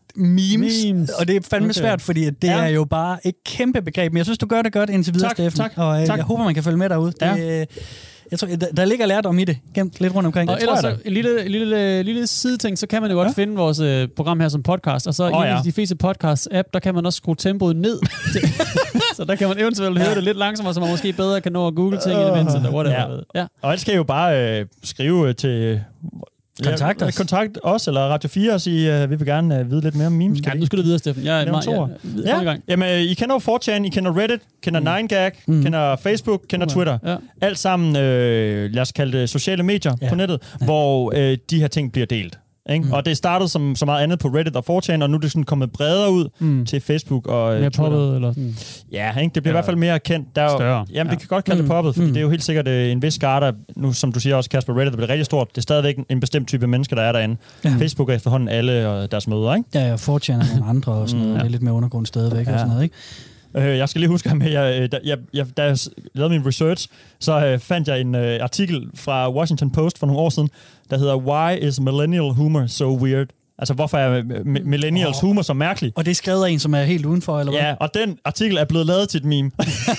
memes. Og det er fandme svært, fordi det er jo bare et kæmpe begreb. Men jeg synes, du gør det godt indtil videre, Steffen. Tak. Og jeg håber, man kan følge med derude. Jeg tror, der ligger lærdom i det, gemt lidt rundt omkring. Og ellers en lille sideting, så kan man jo godt finde vores program her som podcast, og så i de fleste podcast-app, der kan man også skrue tempoet ned. Så der kan man eventuelt høre det lidt langsommere, så man måske bedre kan nå at google ting imens, eller whatever. Ja. Og ellers skal I jo bare skrive til... Kontakt os eller Radio 4 og sige, at vi vil gerne vide lidt mere om memes. Ja, nu skal du videre, Steffen. Jeg er i gang. Jamen, I kender jo 4chan, I kender Reddit, kender 9gag, kender Facebook, kender Twitter. Ja. Alt sammen, lad os kalde det sociale medier på nettet, hvor de her ting bliver delt. Og det startede som så meget andet på Reddit og 4chan, og nu er det sådan kommet bredere ud til Facebook og mere Twitter. Poppet, eller sådan. Ja, ikke? Det bliver i hvert fald mere kendt. Der er større. Jamen, det kan godt kalde det poppet, fordi det er jo helt sikkert en vis skare, der nu, som du siger også, Kasper, Reddit, der bliver rigtig stort. Det er stadigvæk en bestemt type mennesker, der er derinde. Ja. Facebook er efterhånden alle og deres møder, ikke? Ja, 4chan er nogle andre og sådan noget. Det er lidt mere undergrund stadigvæk og sådan noget, ikke? Jeg skal lige huske, at da jeg lavede min research, så fandt jeg en artikel fra Washington Post for nogle år siden, der hedder Why is millennial humor so weird? Altså, hvorfor er millennials humor så mærkelig? Og det er skrevet af en, som er helt udenfor, eller hvad? Ja, og den artikel er blevet lavet til et meme.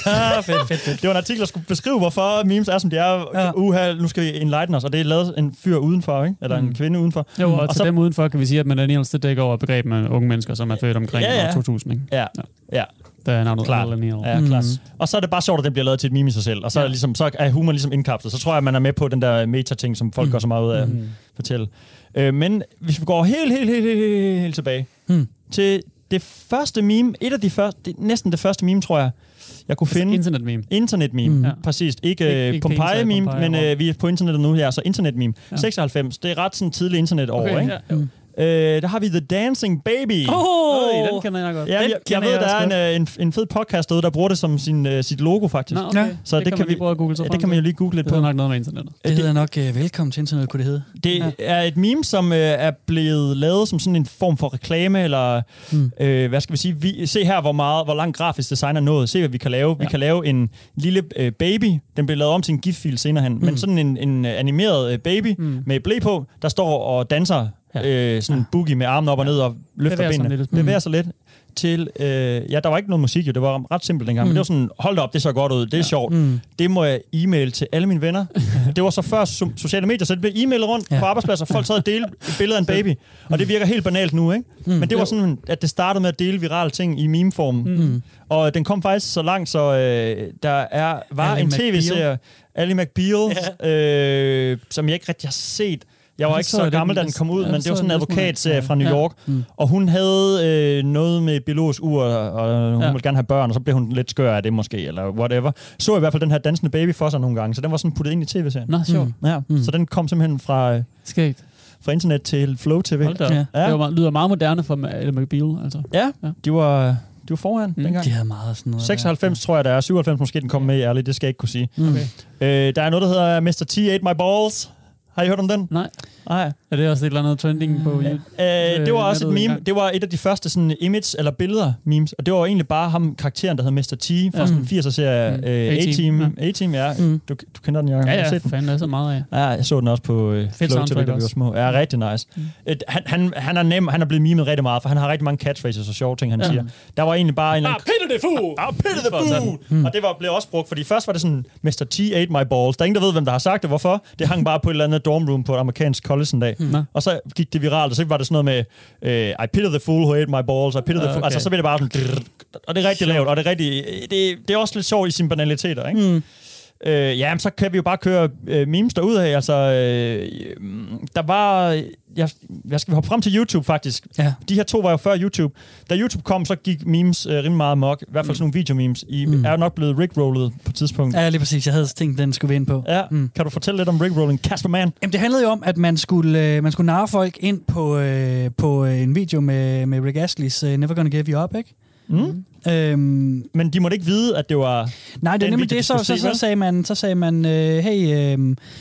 fedt. Det var en artikel, der skulle beskrive, hvorfor memes er, som de er. Nu skal vi enlighten os, og det er lavet en fyr udenfor, ikke? Eller en kvinde udenfor. Jo, og til så, dem udenfor kan vi sige, at millennials, det dækker over begrebet med unge mennesker, som er født omkring år 2000, ikke? Ja. Der er navnet millennial. Ja, klart. Og så er det bare sjovt, at det bliver lavet til et meme i sig selv. Og så, så er humor ligesom indkapslet. Så tror jeg, at man er med på den der meta-ting, som folk gør så meget ud af at fortælle. Men hvis vi går helt tilbage til det første meme, næsten det første meme, tror jeg kunne finde. Internet-meme, præcis. Ikke Pompeii-meme, men vi er på internettet nu her, så internet-meme. 96, det er ret sådan tidlig internet-år, ikke? Ja. Der har vi The Dancing Baby. Den kender jeg godt. Ja, jeg ved, der er en fed podcast derude, der bruger det som sit logo, faktisk. Okay. Så det kan vi prøve at google. Det kan man jo lige google lidt på. Det hedder nok noget med internettet. Det hedder nok velkommen til internettet, kunne det hedde. Det er et meme, som er blevet lavet som sådan en form for reklame, eller hvad skal vi sige? Se her, hvor langt grafisk design er nået. Se, hvad vi kan lave. Vi kan lave en lille baby. Den bliver lavet om til en GIF-fil senere hen. Men sådan en animeret baby med blæ på, der står og danser. Sådan en boogie med armen op og ned og løfter benene. Bevæger sig lidt til... der var ikke noget musik, jo. Det var ret simpelt dengang. Men det var sådan, hold da op, det så godt ud. Det er sjovt. Det må jeg e-mail til alle mine venner. Det var så før sociale medier, så det blev e-mailet rundt på arbejdspladser. Folk sad og delte et billede af en baby. Og det virker helt banalt nu, ikke? Men det var sådan, at det startede med at dele virale ting i meme-form. Og den kom faktisk så langt, så der var en tv-serie, Ally McBeal, som jeg ikke rigtig har set. Jeg var ikke så gammel, da den kom ud, men det var sådan en advokatserie fra New York. Og hun havde noget med biologisk ur, og hun ville gerne have børn, og så blev hun lidt skør af det måske, eller whatever. Så i hvert fald den her dansende baby for sig nogle gange, så den var sådan puttet ind i tv-serien. Nå, sjovt. Så den kom simpelthen fra internet til Flow TV. Det lyder meget moderne for Ally McBeal, altså. Ja, de var foran dengang. De havde meget sådan noget. 96 tror jeg, der er. 97 måske den kom med i ærligt, det skal jeg ikke kunne sige. Der er noget, der hedder Mr. T Ate My Balls. Har I hørt om den? Nej. Er det også et eller andet trending på det var også et meme. Det var et af de første sådan image eller billeder memes, og det var egentlig bare ham karakteren der hed Mr. T fra sådan en 80'er-serie A-Team. Ja. Du kender den, Jacob? Ja, fanden er så meget af. Ja, jeg så den også på Flow TV, da vi var små. Ja, rigtig nice. Han er nem, han er blevet memet rigtig meget, for han har rigtig mange catchphrases og sjove ting, han siger. Der var egentlig bare en Pitte the fool! Pitte the fool! Og det blev også brugt, fordi først var det sådan, Mr. T ate my balls. Der er ingen, der ved, hvem der har sagt det. Hvorfor? Det hang bare på et eller andet dorm room på et amerikansk college en dag. Og så gik det viralt, og så var det sådan noget med, I pity the fool who ate my balls, I pity the fool. Okay. Altså, så bliver det bare sådan, og det er rigtig lavt, og det er rigtig, det er også lidt sjovt i sine banaliteter, ikke? Ja, så kan vi jo bare køre memes derudad. Altså, der var... Jeg skal hoppe frem til YouTube, faktisk. Ja. De her 2 var jo før YouTube. Da YouTube kom, så gik memes rimelig meget amok. I hvert fald sådan nogle videomemes. I er jo nok blevet rigrollet på et tidspunkt. Ja, lige præcis. Jeg havde tænkt, den skulle vi ind på. Ja. Kan du fortælle lidt om rigrolling, Kasper Mann? Jamen, det handlede jo om, at man skulle narre folk ind på en video med Rick Astley's Never Gonna Give You Up, ikke? Men de måtte ikke vide, at det var... Nej, det er nemlig det. Så sagde man hey,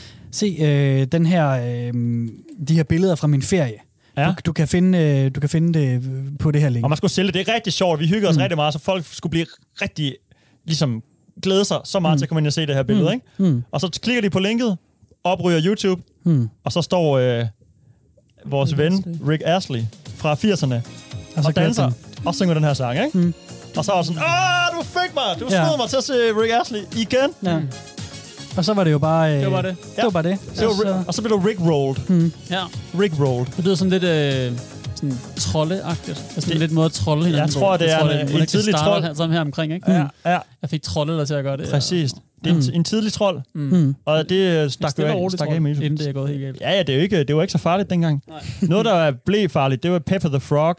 se den her, de her billeder fra min ferie. Ja. Du kan finde det på det her link. Og man skulle sælge det. Det er rigtig sjovt. Vi hyggede os rigtig meget, så folk skulle blive rigtig, ligesom, glæde sig så meget til at komme ind og se det her billede, ikke? Og så klikker de på linket, opryger YouTube, og så står vores ven, Rick Astley, fra 80'erne, og danser, og synger den her sang, ikke? Og så var sådan, du fik mig! Du snød mig til at se Rick Astley igen! Ja. Og så var det jo bare... det var bare det. Det var bare det. Og så blev du Rick-rolled. Ja. Rick-rolled. Det lyder sådan lidt sådan trolde-agtigt. Altså lidt måde at trolle hinanden. Jeg tror, det er en tidlig trold. Sammen her omkring, ikke? Ja. Jeg fik trollet dig til at gøre det. Præcis. Det er en tidlig trold. Og det stak af med. Inden det er gået helt galt. Ja, det var ikke så farligt dengang. Noget, der blev farligt, det var Pepper the Frog.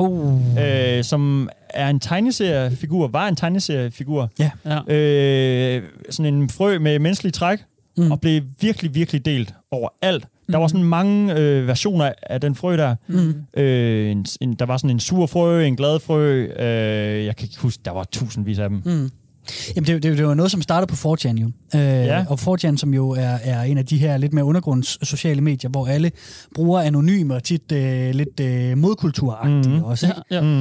Som er en tegneseriefigur, var en tegneseriefigur. Ja. Sådan en frø med menneskelige træk, og blev virkelig, virkelig delt overalt. Der var sådan mange versioner af den frø der. Der var sådan en sur frø, en glad frø. Jeg kan ikke huske, der var tusindvis af dem. Jamen, det var noget, som startede på 4chan jo. Og 4chan, som jo er en af de her lidt mere undergrunds sociale medier, hvor alle bruger anonyme og tit lidt modkulturagtige også.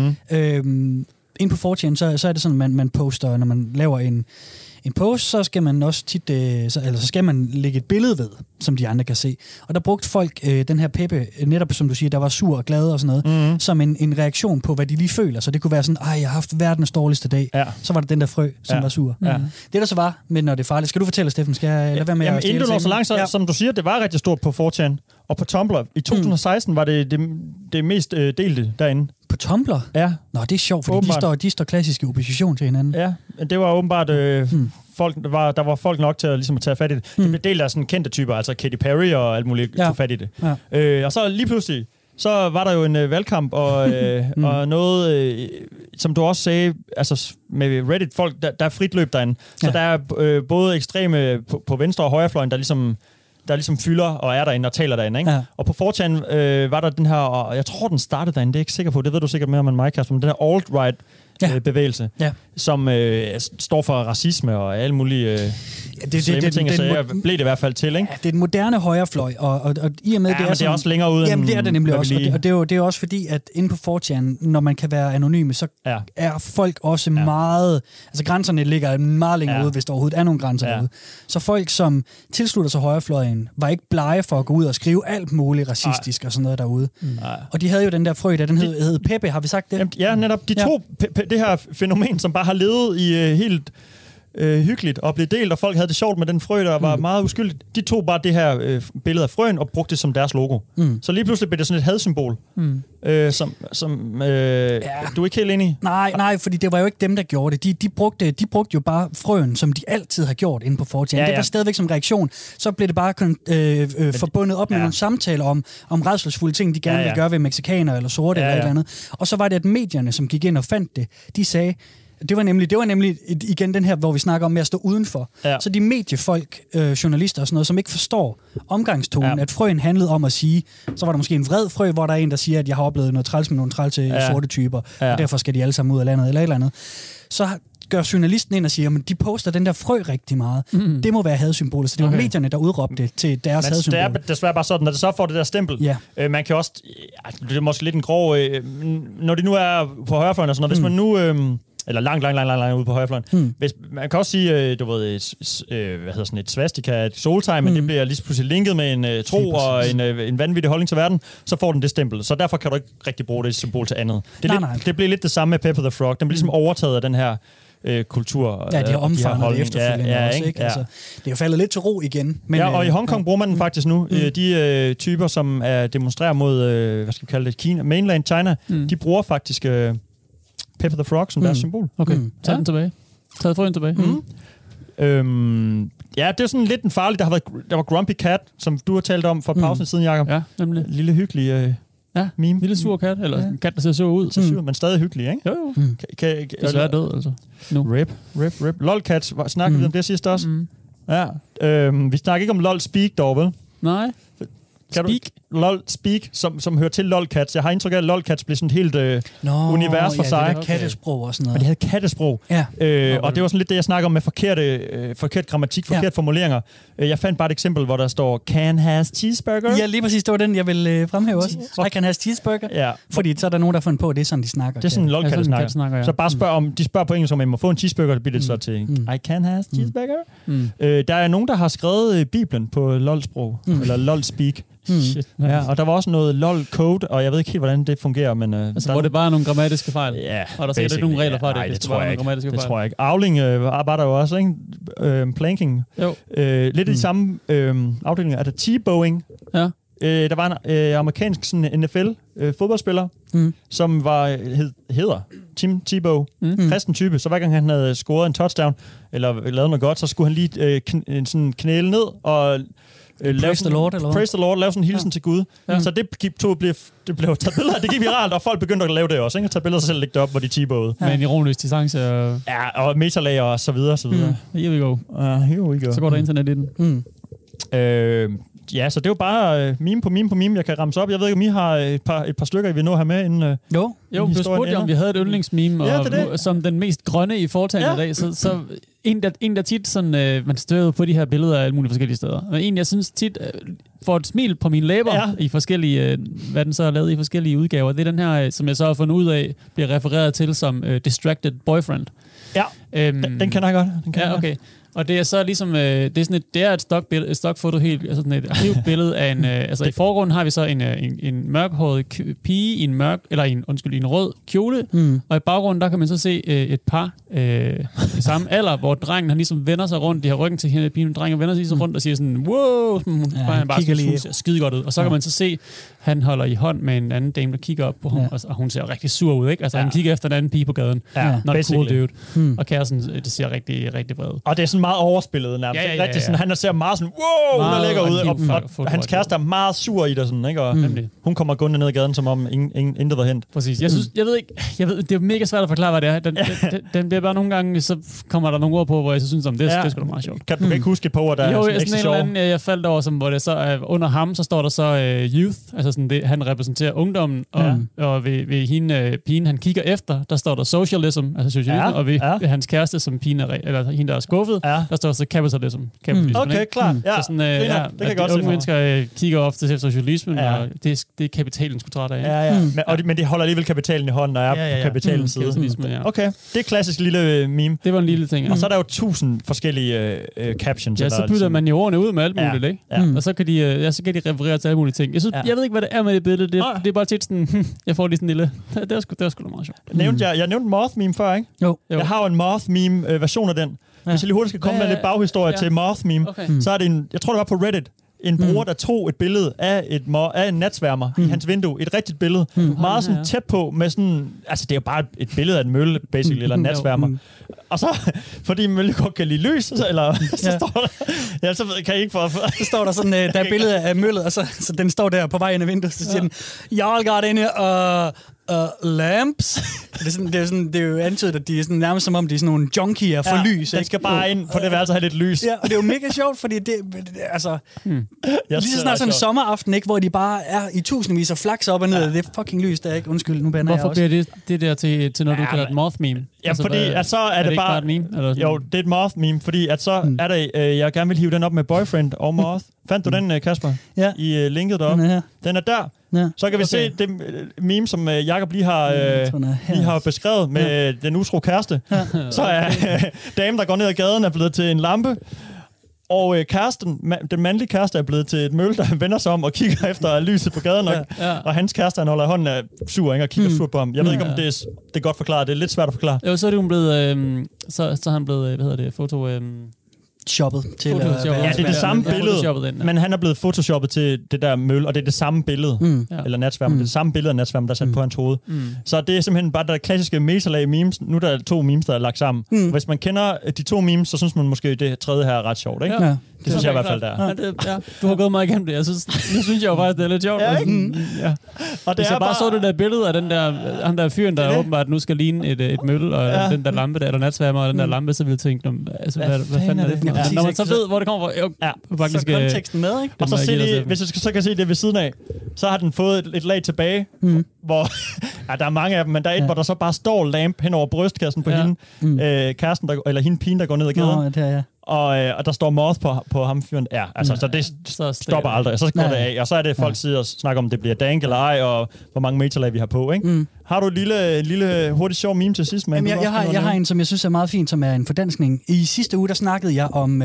Ind på 4chan, så er det sådan, man poster, når man laver en post, så skal man også tit, så skal man lægge et billede ved, som de andre kan se. Og der brugte folk den her Peppe, netop som du siger, der var sur og glad og sådan noget, som en reaktion på, hvad de lige føler. Så det kunne være sådan, jeg har haft verdens dårligste dag. Ja. Så var det den der frø, som var sur. Ja. Det der så var, men når det er farligt. Skal du fortælle, Steffen? Skal jeg lade være med at inden du når så langt, som du siger, det var rigtig stort på 4chan. Og på Tumblr. I 2016 var det mest delte derinde. På Tumblr? Ja. Nå, det er sjovt, fordi de står klassisk i opposition til hinanden. Ja, det var åbenbart... der var folk nok til at, ligesom, at tage fat i det. Det blev delt af sådan kendte typer, altså Katy Perry og alt muligt, tog fat i det. Ja. Og så lige pludselig, så var der jo en valgkamp, og noget, som du også sagde, altså med Reddit, folk, der er frit løb derinde. Så der er både ekstreme på venstre og højrefløjen, der ligesom fylder og er derinde og taler derinde, ikke? Ja. Og på 4chan var der den her, og jeg tror, den startede derinde, det er ikke sikker på, det ved du sikkert mere om end mig, Kasper, men den her alt-right bevægelse, som står for racisme og alle mulige ting, så jeg blev det i hvert fald til, ikke? Ja, det er den moderne højrefløj, og i og med det er det er også længere ude. Jamen, det er det nemlig også, og det er også fordi, at inde på 4chan, når man kan være anonyme, så er folk også meget, altså grænserne ligger meget længere ude, hvis der overhovedet er nogle grænser derude. Så folk, som tilslutter sig højrefløjen, var ikke blege for at gå ud og skrive alt muligt racistisk og sådan noget derude. Og de havde jo den der frø, den hed Peppe, har vi sagt det? Jamen, ja, netop. De to det her fænomen, som bare har levet i helt hyggeligt og blev delt, og folk havde det sjovt med den frø, der var meget uskyldigt. De tog bare det her billede af frøen og brugte det som deres logo. Så lige pludselig blev det sådan et hadsymbol, som du er ikke helt enig i? Nej, fordi det var jo ikke dem, der gjorde det. De brugte jo bare frøen, som de altid har gjort inde på 4chan. Det var stadigvæk som reaktion. Så blev det bare forbundet op med nogle samtaler om rædselsfulde ting, de gerne ville gøre ved mexikanere eller sorte eller et eller andet. Og så var det, at medierne, som gik ind og fandt det, de sagde, det var nemlig igen den her, hvor vi snakker om med at stå udenfor. Ja. Så de mediefolk, journalister og sådan noget, som ikke forstår omgangstonen, at frøen handlede om at sige, så var der måske en vred frø, hvor der er en, der siger, at jeg har oplevet noget træls med nogle trælse sorte typer, og derfor skal de alle sammen ud af landet eller et eller andet. Så gør journalisten ind og siger, at de poster den der frø rigtig meget. Det må være hadsymboler, så det var medierne, der udråbte det til deres hadsymbol. Det er desværre bare sådan, at det så får det der stempel. Man kan også, det er måske lidt en grov, når de nu er på højrefløjen og sådan noget, hvis man nu... eller langt ude på højrefløjen. Hvis, man kan også sige, du ved, hvad hedder sådan et svastika, et soltegn, men det bliver lige pludselig linket med en tro og en vanvittig holdning til verden, så får den det stempel. Så derfor kan du ikke rigtig bruge det symbol til andet. Det bliver lidt det samme med Pepper the Frog. Den bliver ligesom overtaget af den her kultur. Ja, de har omfavnet det efterfølgende også, ikke? Altså, det er jo faldet lidt til ro igen. Men, og i Hongkong bruger man den faktisk nu. De typer, som demonstrerer mod, hvad skal vi kalde det, Kina, mainland China, de bruger faktisk... Pepper the Frog som deres symbol. Okay, tag den tilbage. Tag frøen tilbage. Ja, det er sådan lidt en farlig. Der var Grumpy Cat, som du har talt om for pausen siden, Jacob. Ja, nemlig. Lille hyggelig meme. Lille sur kat, eller en kat, der ser sur ud. Så sur, men stadig hyggelig, ikke? Jo. Desværre død, altså. Nu. Rip. LOLcats, snakkede vi om det sidste også? Ja. Vi snakker ikke om LOL Speak, dog, vel? Nej. LOL Speak, som hører til LOLcats. Jeg har indtryk af, at LOLcats blev sådan et helt univers for sig. Det der kattesprog og sådan noget. Og det havde kattesprog. Ja. Og det var sådan lidt det, jeg snakker om med forkert grammatik, forkert formuleringer. Jeg fandt bare et eksempel, hvor der står, can has cheeseburger. Ja, lige præcis. Det var den, jeg ville fremhæve også. I can has cheeseburger. Ja. Fordi så er der nogen, der har fundet på, at det er sådan, de snakker. Det er sådan, LOLcats snakker. Ja. Så bare spørg om, de spørger på engelsk, om man må få en cheeseburger, det bliver det så til, I can has cheeseburger. Der er nogen, der har skrevet Bibelen på LOL-sprog, eller LOL Speak. Ja, og der var også noget LOL-code, og jeg ved ikke helt, hvordan det fungerer, men... altså, hvor det bare er nogle grammatiske fejl? Ja, og der er ikke nogle regler for det? Nej, det tror jeg ikke. Det tror jeg ikke. Avling arbejder jo også, ikke? Planking. Jo. Lidt i de samme afdelinger. Er der T-Bowing? Ja. Der var en amerikansk sådan, NFL-fodboldspiller, som hedder Tim Tebow, kristen type. Så hver gang han havde scoret en touchdown, eller lavet noget godt, så skulle han lige sådan knæle ned og... Praise the Lord, eller Praise the Lord, lave sådan en hilsen til Gud. Ja. Så det blev taget billeder. Det gik viralt, og folk begyndte at lave det også. Ikke? At tage billeder af sig selv og lægge det op, hvor de T-bowede. Med en ironisk distance. Og metalag og så videre, så videre. Here we go. Here we go. Så går der internet i den. Ja, så det er jo bare meme på meme, jeg kan ramse op. Jeg ved ikke, om I har et par stykker, I vil nå her med, inden Jo, du spurgte om vi havde et yndlingsmeme, og som den mest grønne i foretagendet i dag, så en der tit sådan, man støder på de her billeder af alle mulige forskellige steder. Men en, jeg synes tit får et smil på mine læber i forskellige, hvad den så har lavet i forskellige udgaver. Det er den her, som jeg så har fundet ud af, bliver refereret til som Distracted Boyfriend. Ja, den kan jeg godt. Okay. Og det er så ligesom, det er et stokfoto helt, altså sådan et aktivt billede af en, altså i forgrunden har vi så en mørkhåret pige i en en rød kjole, og i baggrunden der kan man så se et par i samme alder, hvor drengen han ligesom vender sig rundt, de har ryggen til hende, pigen, drengen vender sig ligesom rundt og siger sådan, wow, han bare ser skide godt ud, og så kan man så se, han holder i hånd med en anden dame, der kigger op på ham, og hun ser rigtig sur ud, ikke? Altså han kigger efter en anden pige på gaden, not cool dude, og kæresten, det ser rigtig, rigtig bred. Og det er sådan meget overspillet nærmest. Ja. Rigtig sådan, han ser meget sådan, wow, hun er lækker ud, og hans kæreste er meget sur i det sådan, ikke? Og hun kommer gående ned ad gaden, som om intet var hent. Præcis. Jeg ved, det er mega svært at forklare, hvad det er. Den bliver bare nogle gange, så kommer der nogle ord på, hvor jeg så synes, det er sgu da meget sjovt. Kan du ikke huske et par ord, der er sådan ekstra sjov? Jeg faldt over, som, hvor det så er, under ham, så står der så youth, altså sådan det, han repræsenterer ungdommen, og ved hende, pigen, han kigger efter, der står der socialism, altså socialisme, og ved hans kæreste, som pigen eller hende, der er skuffet, der står så capitalism. Okay, klart. Så sådan, det kan jeg godt se. Unge mennesker kigger ofte til socialismen, og det er kapitalen skulle trætte af. Men det holder alligevel kapitalen i hånden, og er på kapitalens side. Okay, det er klassisk lille meme. Det var en lille ting. Og så er der jo 1000 forskellige captions. Ja, så bytter man jo ordene ud med alt muligt, ikke? Og så kan de referere til alle mulige ting. Jeg ved ikke, hvad det er med det billede. Det er bare tit sådan, jeg får lige sådan en lille... Det er sgu da meget sjovt. Jeg nævnte Moth meme før, ikke? Jo. Jeg har jo en Moth meme version af den. Hvis jeg lige hurtigt skal komme med lidt baghistorie til Moth meme, så er det jeg tror det var på Reddit, en bruger, der tog et billede af en natsværmer i hans vindue. Et rigtigt billede. Meget sådan tæt på med sådan... Altså, det er jo bare et billede af en mølle, basically, eller en natsværmer. Og så, fordi mølle godt kan lide lys, eller så står der... Ja, så kan jeg ikke få... Så står der sådan, der er billede af møllet, og så den står der på vej ind af vinduet, så siger den, y'all got in here, lamps. Det er jo antydet, at de er sådan, nærmest som om, de er sådan nogle junkier for lys. Den skal bare ind på det værelse og have lidt lys. Ja, og det er jo mega sjovt, fordi det altså... Lige så snart sådan en sommeraften, ikke, hvor de bare er i tusindvis og flakser op og ned. Ja. Det er fucking lys, der ikke. Undskyld, nu bander jeg også. Hvorfor bliver det der til noget, du kalder et moth-meme? Ja, altså, fordi at så er det bare et meme? Eller jo, det er et moth-meme, fordi at så er der... jeg gerne vil hive den op med boyfriend og moth. Fandt du den, Kasper? Ja. I linket deroppe? Den er der. Ja. Så kan vi se det meme, som Jacob lige har beskrevet med den utro kæreste. Ja. Så er damen, der går ned ad gaden, er blevet til en lampe. Og den mandlige kæreste er blevet til et møl, der vender sig om og kigger efter lyset på gaden. Og hans kæreste, han holder i hånden af sur, og kigger surt på ham. Jeg ved ikke, om det er godt forklaret. Det er lidt svært at forklare. Jo, så er det jo blevet... så er han blevet, hvad hedder det, foto... shoppet til det er det samme billede, men han er blevet photoshoppet til det der møl, og det er det samme billede, eller natsværmen, det er det samme billede af natsværmen, der er sat på hans hoved. Så det er simpelthen bare der klassiske metalag memes. Nu der er 2 memes, der er lagt sammen. Hvis man kender de 2 memes, så synes man måske, det tredje her er ret sjovt, ikke? Ja. Det synes jeg i hvert fald, der er. Du har gået meget igennem det. Nu synes jeg jo faktisk, det er lidt sjovt. Ja, og det hvis jeg bare så det der billede af ham der fyren, der åbenbart nu skal ligne et møl, og den der lampe der, eller natsværmer, og den der lampe, så vil jeg tænke, altså, hvad fanden er det for noget? Når man så ved, hvor det kommer fra. Faktisk, så konteksten med, ikke? Og så hvis jeg så kan se det ved siden af, så har den fået et lag tilbage, hvor... der er mange af dem, men der er et, hvor der så bare står lamp hen over brystkassen på hende, kæresten, eller hende pigen, der går ned ad gaden. Og der står moth på ham fyren. Ja, altså, så det stopper aldrig. Så går det af, og så er det, folk sidder og snakker om, det bliver dank eller ej, og hvor mange metalag vi har på, ikke? Har du et lille hurtigt sjov meme til sidst? Jamen, jeg har en, som jeg synes er meget fint, som er en fordanskning. I sidste uge, der snakkede jeg om...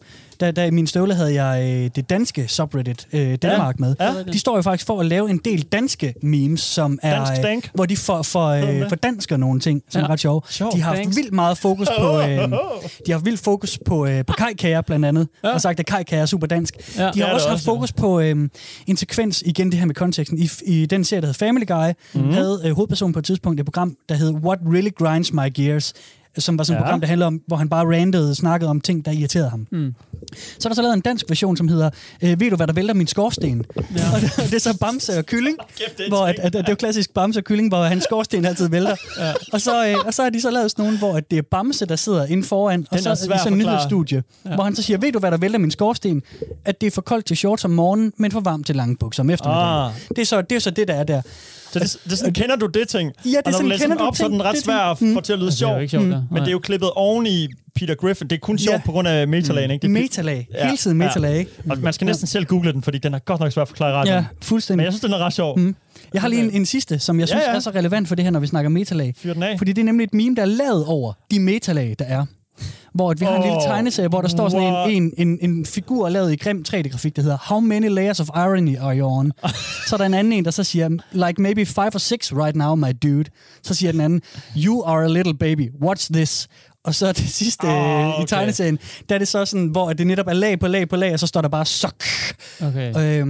Da i min støvle havde jeg det danske subreddit Danmark med. Ja. De står jo faktisk for at lave en del danske memes, som er... hvor de fordansker nogle ting, som er ret sjove. De har haft vildt meget fokus på... de har vildt fokus på kajkager, blandt andet. Og sagt, at kajkager er super dansk. De har også haft fokus på en sekvens, igen det her med konteksten. I den serie, der hed Family Guy, havde hovedpersonen på et tidspunkt et program, der hed What Really Grinds My Gears, som var sådan et program, der handlede om, hvor han bare randede, snakkede om ting, der irriterede ham. Så er der så lavet en dansk version, som hedder ved du, hvad der vælter min skorsten? Ja. Og det er så Bamse og Kylling, hvor det er jo klassisk Bamse og Kylling, hvor hans skorsten altid vælter. Ja. Og så har de så lavet sådan nogen, hvor det er Bamse, der sidder inde foran, og så er det sådan en nyhedsstudie, hvor han så siger, ved du, hvad der vælter min skorsten? At det er for koldt til shorts om morgenen, men for varmt til lange bukser om eftermiddagen. Det er så det, der er der. Så det er sådan, kender du det ting? Ja, det er sådan, kender du op, så er den ret svær at få til at lyde sjov. Men det er jo klippet oven i Peter Griffin. Det er kun sjovt på grund af metalagen, ikke? Metalag. Hele tiden metalag, ikke? Og man skal næsten selv google den, fordi den er godt nok svær at forklare ret. Ja, fuldstændig. Men jeg synes, den er ret sjov. Jeg har lige en sidste, som jeg synes er så relevant for det her, når vi snakker metalag. Fyr den af. Fordi det er nemlig et meme, der er lavet over de metalag, der er. Hvor vi har en lille tegneserie, hvor der står sådan en figur lavet i grim 3D-grafik, der hedder How many layers of irony are you on? Så er der en anden der så siger, like maybe 5 or 6 right now, my dude. Så siger den anden, you are a little baby, watch this. Og så det sidste i tegneserien, der er det så sådan, hvor det netop er lag på lag på lag, og så står der bare suck. Okay.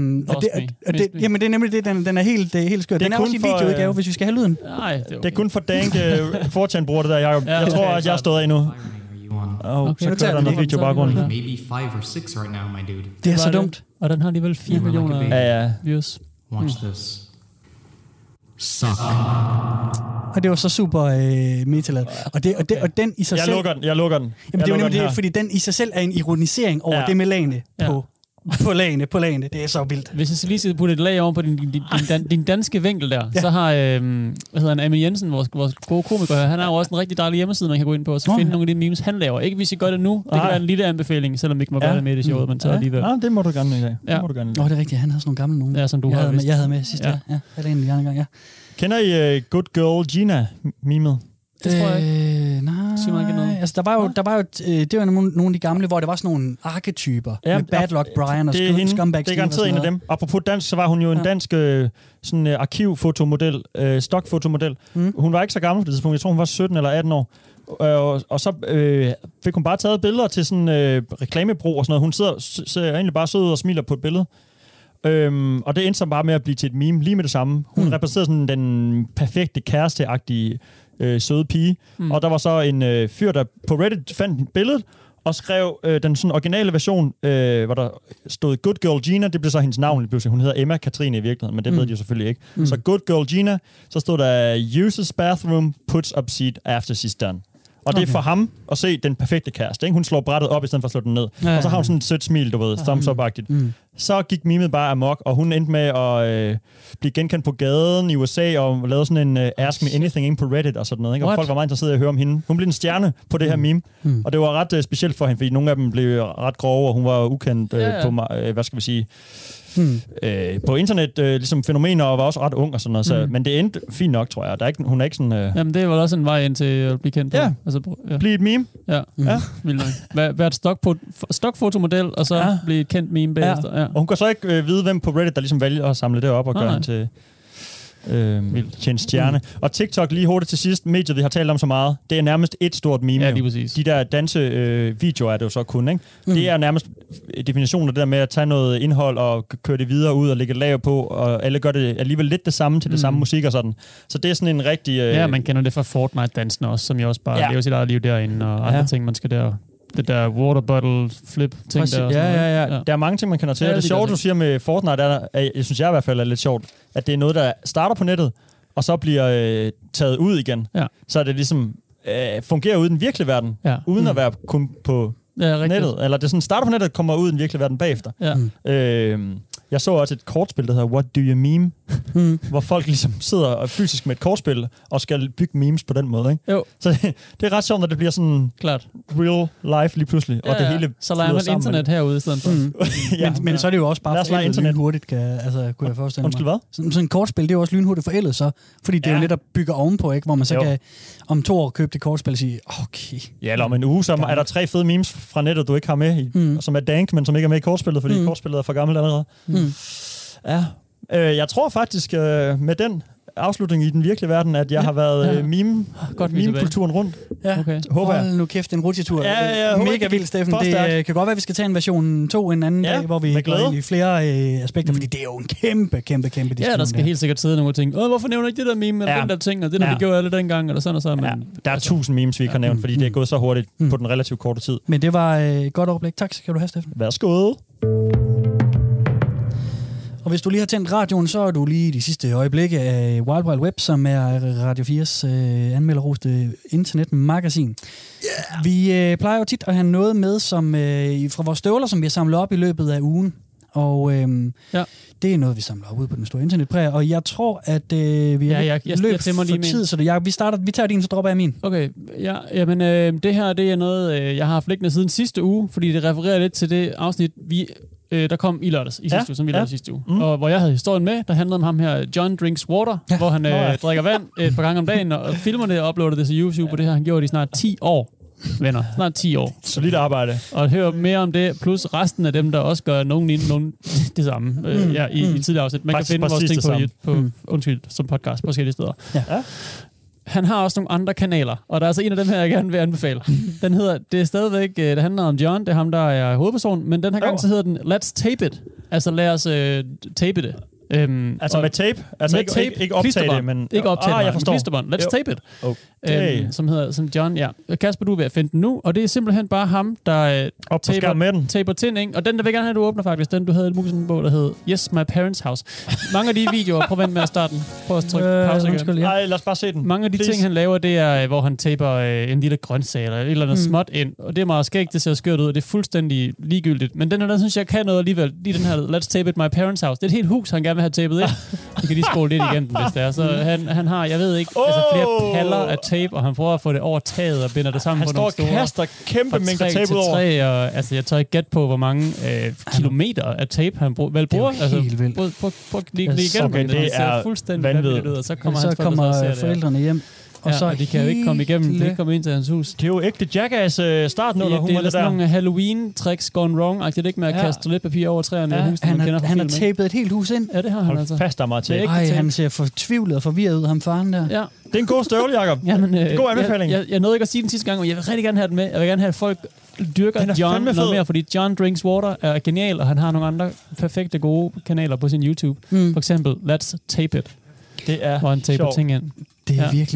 Jamen det er nemlig det, den er helt skørt. Den er også i videoudgave, hvis vi skal have lyden. Nej, det er kun for dank fortjern-bruger det der, Jacob. Jeg tror, at jeg stået af nu. Så kører der noget video baggrunden. Maybe 5 or 6 right now, my dude. Det er så dumt. Og den har alligevel 4 millioner views. Watch this. Suck. Og det var så super metaladet. Og den i sig selv... Jeg lukker den. Jamen, det er jo nemlig det, fordi den i sig selv er en ironisering over det med lagene på lagene. Det er så vildt. Hvis jeg lige skal putte et lag over på din danske vinkel der, så har Amin Jensen, vores gode komiker her, han har jo også en rigtig dejlig hjemmeside, man kan gå ind på og så finde nogle af de memes, han laver. Ikke hvis I gør det nu. Det kan være en lille anbefaling, selvom I ikke må gøre det med i det showet, men så alligevel. Ja, det må du gerne i dag. Det er rigtigt. Han havde sådan nogle gamle nogen. Ja, som du har vist. Jeg havde med sidste år. Ja, eller en gang, ja. Kender I Good Girl Gina-memet? Det tror jeg ikke. Nej, altså der var jo det var nogle af de gamle, hvor der var sådan nogle arketyper med Bad Luck Brian og Scumbag Steve. Det er garanteret en af dem. Apropos dansk, så var hun jo en dansk sådan arkivfotomodel, stokfotomodel. Hun var ikke så gammel på det tidspunkt. Jeg tror, hun var 17 eller 18 år. Og så fik hun bare taget billeder til sådan reklamebrug og sådan noget. Hun ser egentlig bare sød ud og smiler på et billede. Og det endte så bare med at blive til et meme lige med det samme. Hun repræsenterede sådan den perfekte kæresteagtige søde pige. Og der var så en fyr, der på Reddit fandt billedet, og skrev den sådan originale version, hvor der stod Good Girl Gina. Det blev så hendes navn. Hun hedder Emma Katrine i virkeligheden, men det ved de jo selvfølgelig ikke. Så Good Girl Gina, så stod der uses bathroom, puts up seat after she's done. Og det er for ham at se den perfekte kæreste. Ikke? Hun slår brættet op, i stedet for at slå den ned. Og så har hun sådan et sødt smil, du ved, thumbs up-agtigt. Så gik memet bare amok, og hun endte med at blive genkendt på gaden i USA, og lavede sådan en Ask Me Anything ind på Reddit og sådan noget. Ikke? Og folk var meget interesserede i at høre om hende. Hun blev en stjerne på det her meme, og det var ret specielt for hende, fordi nogle af dem blev ret grove, og hun var ukendt på, hvad skal vi sige, på internet, ligesom fænomener, og var også ret ung og sådan noget. Så, men det endte fint nok, tror jeg. Hun er ikke sådan... Jamen, det var også en vej ind til at blive kendt på. Ja, altså, blive et meme. Ja. Vildt nok. Være et stokfotomodel, og så blive et kendt meme bagefter. Ja. Og hun kan så ikke vide, hvem på Reddit, der ligesom vælger at samle det op og gøre hende til... en stjerne. Og TikTok lige hurtigt til sidst, mediet vi har talt om så meget, det er nærmest et stort meme. Ja, lige præcis. De der dansevideoer er det jo så kun, ikke? Det er nærmest definitionen af det der med at tage noget indhold og køre det videre ud og lægge et lager på, og alle gør det alligevel lidt det samme til det samme musik og sådan. Så det er sådan en rigtig... Ja, man kender det fra Fortnite-dansen også, som jo også bare lever sit eget liv derinde, og andre ting, man skal der... Det der water bottle flip ting der. Ja. Der er mange ting, man kender til. Det sjovt, du siger med Fortnite, jeg synes jeg i hvert fald er lidt sjovt, at det er noget, der starter på nettet, og så bliver taget ud igen. Ja. Så det ligesom fungerer ude i den virkelige verden, uden at være kun på nettet. Eller det sådan starter på nettet, kommer ud i den virkelige verden bagefter. Ja. Jeg så også et kortspil, der hedder What Do You Meme? Hvor folk ligesom sidder fysisk med et kortspil og skal bygge memes på den måde, ikke? Jo. Så det er ret sjovt, når det bliver sådan real life lige pludselig, og det hele så leger man internet herude i stedet for. Men så er det jo også bare forældet lynhurtigt, kunne jeg forestille mig. Undskyld, hvad? Sådan et kortspil, det er jo også lynhurtigt forældet så, fordi det er jo lidt at bygge ovenpå, ikke? Hvor man så kan om 2 år købe det kortspil og sige, okay. Ja, eller om en uge, så er der 3 fede memes fra nettet, du ikke har med, som er dank, men som ikke er med i kortspillet, fordi kortspillet er for gammelt allerede. Ja. Jeg tror faktisk med den afslutning i den virkelige verden, at jeg har været meme-kulturen rundt. Ja. Okay. Håber jeg. Nu kæft, en rutsjetur. Ja, mega vildt, Steffen. Det kan godt være, at vi skal tage en version 2 en anden dag, hvor vi går ind i flere aspekter, fordi det er jo en kæmpe diskussion. Ja, der skal helt sikkert sidde nogle ting. Hvorfor nævner ikke det der meme, eller den der ting, og det der, vi gjorde alle dengang, eller sådan og sådan. Men, der er 1000 memes, vi ikke har nævnt, fordi det er gået så hurtigt på den relativt korte tid. Men det var et godt overblik. Tak skal du have, Steffen. Værsgo. Og hvis du lige har tændt radioen, så er du lige i de sidste øjeblikke af Wild Wild Web, som er Radio 4's anmelderroste internetmagasin. Yeah. Vi plejer jo tit at have noget med som, fra vores støvler, som vi har samlet op i løbet af ugen. Og det er noget, vi samler op ude på den store internetpræg. Og jeg tror, at vi er løbet for tid, så vi tager din, så dropper jeg min. Okay, jamen det her det er noget, jeg har haft liggende siden sidste uge, fordi det refererer lidt til det afsnit, der kom i lørdags i sidste uge, som vi lavede sidste uge. Og hvor jeg havde historien med, der handlede om ham her, John Drinks Water, hvor han drikker vand et par gange om dagen, og filmer det og uploader det til YouTube, og det her han gjorde det i snart 10 år. Venner, snart 10 år. Solidt arbejde. Og hør mere om det, plus resten af dem, der også gør nogen det samme i tidligere afsnit. Man kan finde vores ting på som podcast på forskellige steder. Ja. Han har også nogle andre kanaler, og der er altså en af dem her, jeg gerne vil anbefale. Den hedder, det er stadigvæk, det handler om John, det er ham, der er hovedpersonen, men den her gang så hedder den Let's Tape It. Altså lad os tape det. Altså med tape? Altså med ikke optage det, men... Ikke optage det, jeg forstår. Klisterbånd. Let's Tape It. Okay. Som John, ja. Kasper, du er ved at finde den nu, og det er simpelthen bare ham, der taper tænding. Og den, der vil gerne have, du åbner faktisk, den du havde et musen på, der hed Yes, My Parents' House. Mange af de videoer, prøv at vente med at starte den. Prøv at trykke pause igen. Nej, lad os bare se den. Mange af de ting, han laver, det er, hvor han taper en lille grøntsag eller et eller andet småt ind. Og det er meget skægt, det ser skørt ud, og det er fuldstændig ligegyldigt. Men den her, der synes jeg, kan noget alligevel. Lige den her, Let's Tape It, My Parents' House. Det er et helt hus, han gerne vil have tapet ind. Vi kan lige spole lidt igen, hvis det er. Så han har, jeg ved ikke, flere paller af tape, og han prøver at få det over taget og binder det sammen på nogle store... Han står og kaster kæmpe mængder tape ud over. Altså, jeg tør ikke gætte på, hvor mange kilometer af tape han bruger. Det er jo helt vildt. Prøv lige igennem. Okay, det ser fuldstændig vanvittigt ud, og så kommer forældrene hjem. Og så de kan jo ikke komme igennem, de kan ikke komme ind til hans hus. Det er jo ægte Jackass startnuller. Det er sådan nogle Halloween-tricks gone wrong-agtigt, ikke med at kaste toiletpapir over træerne i huset, han har tapet et helt hus ind. Ja, det har han altså. Fast der meget til. Han ser fortvivlet og forvirret ud, ham faren der. Ja. Det er en god støvle, Jacob. God anbefaling. Jeg nåede ikke at sige den sidste gang, og jeg vil rigtig gerne have den med. Jeg vil gerne have, at folk dyrker John noget mere, fordi John Drinks Water er genial, og han har nogle andre perfekte, gode kanaler på sin YouTube. For eksempel, Let's Tape It. Det er hvor han taper ting ind. Det er virkelig vildt.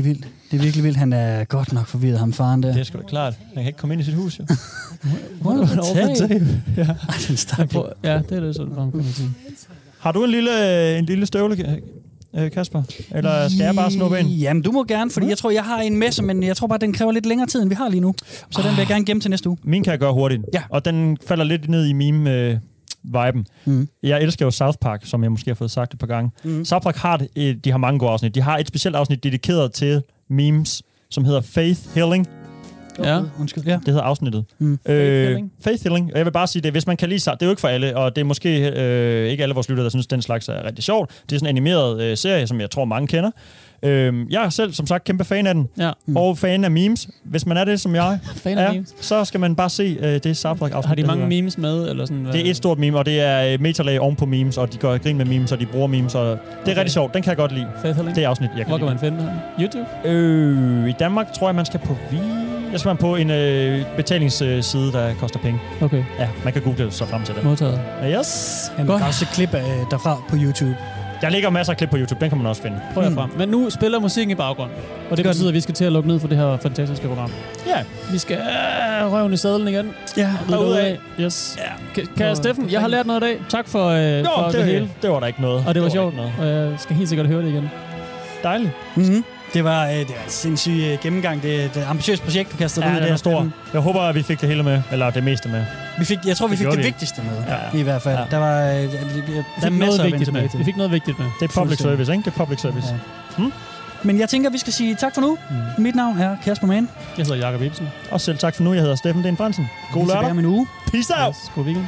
Det er virkelig vildt. Han er godt nok forvirret, ham faren der. Det er sgu da klart. Han kan ikke komme ind i sit hus, jo. Hvor er det taget? Ja. Ej, den stakker. Ja, det er det sådan, kan man sige. Har du en lille støvle, Kasper? Eller skal jeg bare snuppe ind? Jamen, du må gerne, fordi jeg tror, jeg har en med, men jeg tror bare, den kræver lidt længere tid, end vi har lige nu. Så den vil jeg gerne gemme til næste uge. Min kan jeg gøre hurtigt. Ja. Og den falder lidt ned i meme-viben. Jeg elsker jo South Park, som jeg måske har fået sagt et par gange. South Park de har mange gode afsnit. De har et specielt afsnit dedikeret til memes, som hedder Faith Healing. Ja. Undskyld. Ja. Det hedder afsnittet. Faith Healing. Og jeg vil bare sige det, hvis man kan lide sig, det er jo ikke for alle, og det er måske ikke alle vores lyttere, der synes, den slags er rigtig sjovt. Det er sådan en animeret serie, som jeg tror, mange kender. Jeg er selv, som sagt, kæmpe fan af den. Ja. Og fan af memes. Hvis man er det, som jeg af memes. så skal man bare se det South Park afsnit. Har de mange memes med? Eller sådan, det er et stort meme, og det er metalag oven på memes, og de gør grin med memes, og de bruger memes, og det er rigtig sjovt. Den kan jeg godt lide. Det er afsnit, jeg kan Hvor kan lide. man finde den? YouTube? I Danmark tror jeg, man skal på Jeg skal på en betalingsside, der koster penge. Okay. Ja, man kan google det så frem til det. Modtaget. Yes. Han kan også klip derfra på YouTube. Der ligger masser af klip på YouTube, den kan man også finde. Prøv at frem. Men nu spiller musikken i baggrunden, og det betyder, at vi skal til at lukke ned for det her fantastiske program. Ja. Vi skal røven i sadlen igen. Ja, derudad. Yes. Ja. Kan Steffen, jeg har lært noget i dag. Tak for det hele. Det var der ikke noget. Og det var sjovt, og jeg skal helt sikkert høre det igen. Dejligt. Mm-hmm. Det var en sindssyg gennemgang. Det er et ambitiøst projekt, du kastede ud i. Det er stor. Jeg håber, at vi fik det hele med, eller det meste med. Jeg tror, vi fik det vigtigste med, i hvert fald. Der var der er masser af vigtigt med. Vi fik noget vigtigt med. Det er public service, ikke? Det er public service. Ja. Men jeg tænker, vi skal sige tak for nu. Mit navn er Kasper Mann. Jeg hedder Jakob Ibsen. Og selv tak for nu. Jeg hedder Steffen Den Fransen. God lørdag. Vi er om en uge. Peace out. God weekend.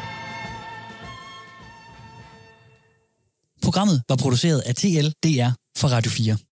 Programmet var produceret af TLDR for Radio 4.